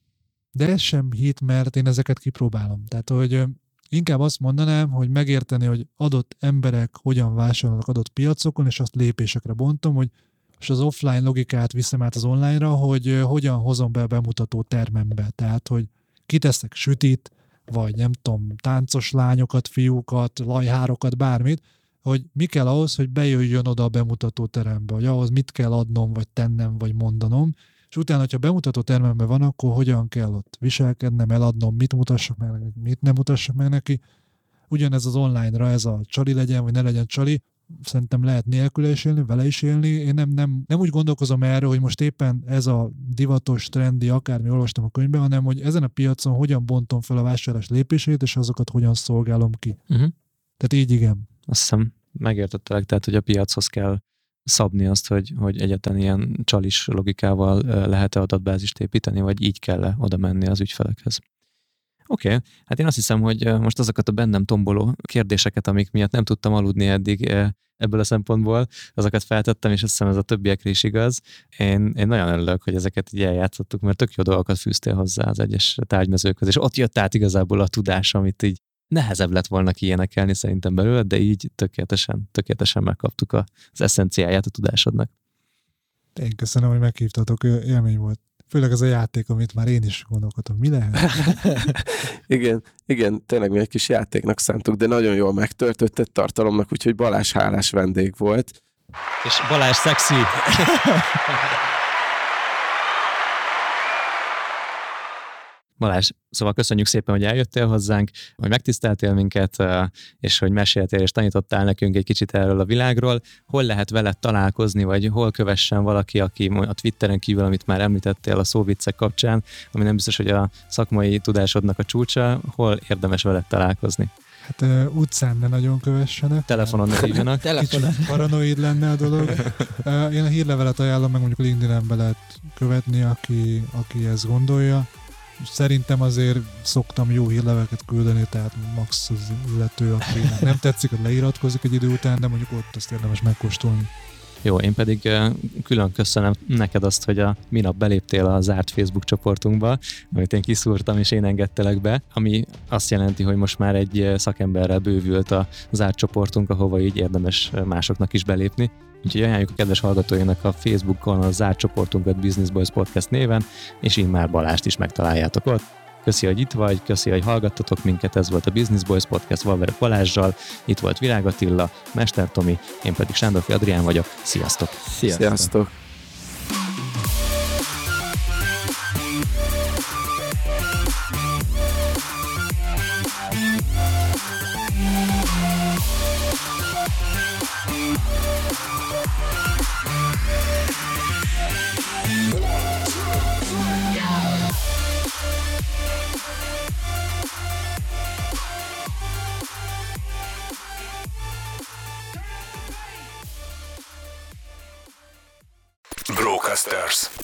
de ez sem hit, mert én ezeket kipróbálom. Tehát, hogy inkább azt mondanám, hogy megérteni, hogy adott emberek hogyan vásárolnak adott piacokon, és azt lépésekre bontom, hogy és az offline logikát viszem át az online-ra, hogy hogyan hozom be a bemutató termembe. Tehát, hogy kiteszek sütit, vagy nem tudom, táncos lányokat, fiúkat, lajhárokat, bármit, hogy mi kell ahhoz, hogy bejöjjön oda a bemutató terembe, hogy ahhoz mit kell adnom, vagy tennem, vagy mondanom, és utána, hogyha bemutató termemben van, akkor hogyan kell ott viselkednem, eladnom, mit mutassak meg, mit nem mutassak meg neki. Ugyanez az online-ra, ez a csali legyen, vagy ne legyen csali, szerintem lehet nélküle is élni, vele is élni. Én nem, nem, nem úgy gondolkozom erről, hogy most éppen ez a divatos, trendi, akármi olvastam a könyvben, hanem hogy ezen a piacon hogyan bontom fel a vásárlás lépését, és azokat hogyan szolgálom ki. Uh-huh. Tehát így igen. Azt hiszem megértettelek, tehát hogy a piachoz kell szabni azt, hogy, hogy egyetlen ilyen csalis logikával lehet-e adatbázist építeni, vagy így kell oda menni az ügyfelekhez. Oké, okay. Hát én azt hiszem, hogy most azokat a bennem tomboló kérdéseket, amik miatt nem tudtam aludni eddig ebből a szempontból, azokat feltettem, és azt hiszem ez a többiekre is igaz. Én, én nagyon örülök, hogy ezeket így eljátszottuk, mert tök jó dolgokat fűztél hozzá az egyes tárgymezőkhöz, és ott jött át igazából a tudás, amit így nehezebb lett volna kiénekelni szerintem belőle, de így tökéletesen, tökéletesen megkaptuk az eszenciáját a tudásodnak. Én köszönöm, hogy meghívtatok, élmény volt. Főleg ez a játék, amit már én is gondolkodom, mi lehet? igen, igen, tényleg mi egy kis játéknak szántuk, de nagyon jól megtöltött tartalomnak, úgyhogy Balázs hálás vendég volt. És Balázs szexi! Balázs, szóval köszönjük szépen, hogy eljöttél hozzánk, hogy megtiszteltél minket, és hogy meséltél és tanítottál nekünk egy kicsit erről a világról. Hol lehet veled találkozni, vagy hol kövessen valaki, aki a Twitteren kívül, amit már említettél a szóviccek kapcsán, ami nem biztos, hogy a szakmai tudásodnak a csúcsa, hol érdemes veled találkozni? Hát uh, utcán ne nagyon kövessenek. Telefonon ne hívjanak. Kicsit paranoid lenne a dolog. Uh, én a hírlevelet ajánlom, meg mondjuk LinkedIn-en be lehet követni, aki, aki ezt gondolja. Szerintem azért szoktam jó hírleveket küldeni, tehát max az illető, akinek nem tetszik, hogy leiratkozik egy idő után, de mondjuk ott azt érdemes megkóstolni. Jó, én pedig külön köszönöm neked azt, hogy a minap beléptél a zárt Facebook csoportunkba, amit én kiszúrtam és én engedtelek be, ami azt jelenti, hogy most már egy szakemberrel bővült a zárt csoportunk, ahova így érdemes másoknak is belépni. Úgyhogy ajánljuk a kedves hallgatóinak a Facebookon a zárt csoportunkat Business Boys Podcast néven, és így már Balást is megtaláljátok ott. Köszi, hogy itt vagy, köszi, hogy hallgattatok minket, ez volt a Business Boys Podcast Valverek Balázssal, itt volt Virág Attila, Mester Tomi, én pedig Sándorfi Adrián vagyok. Sziasztok! Sziasztok! Sziasztok. Brocasters.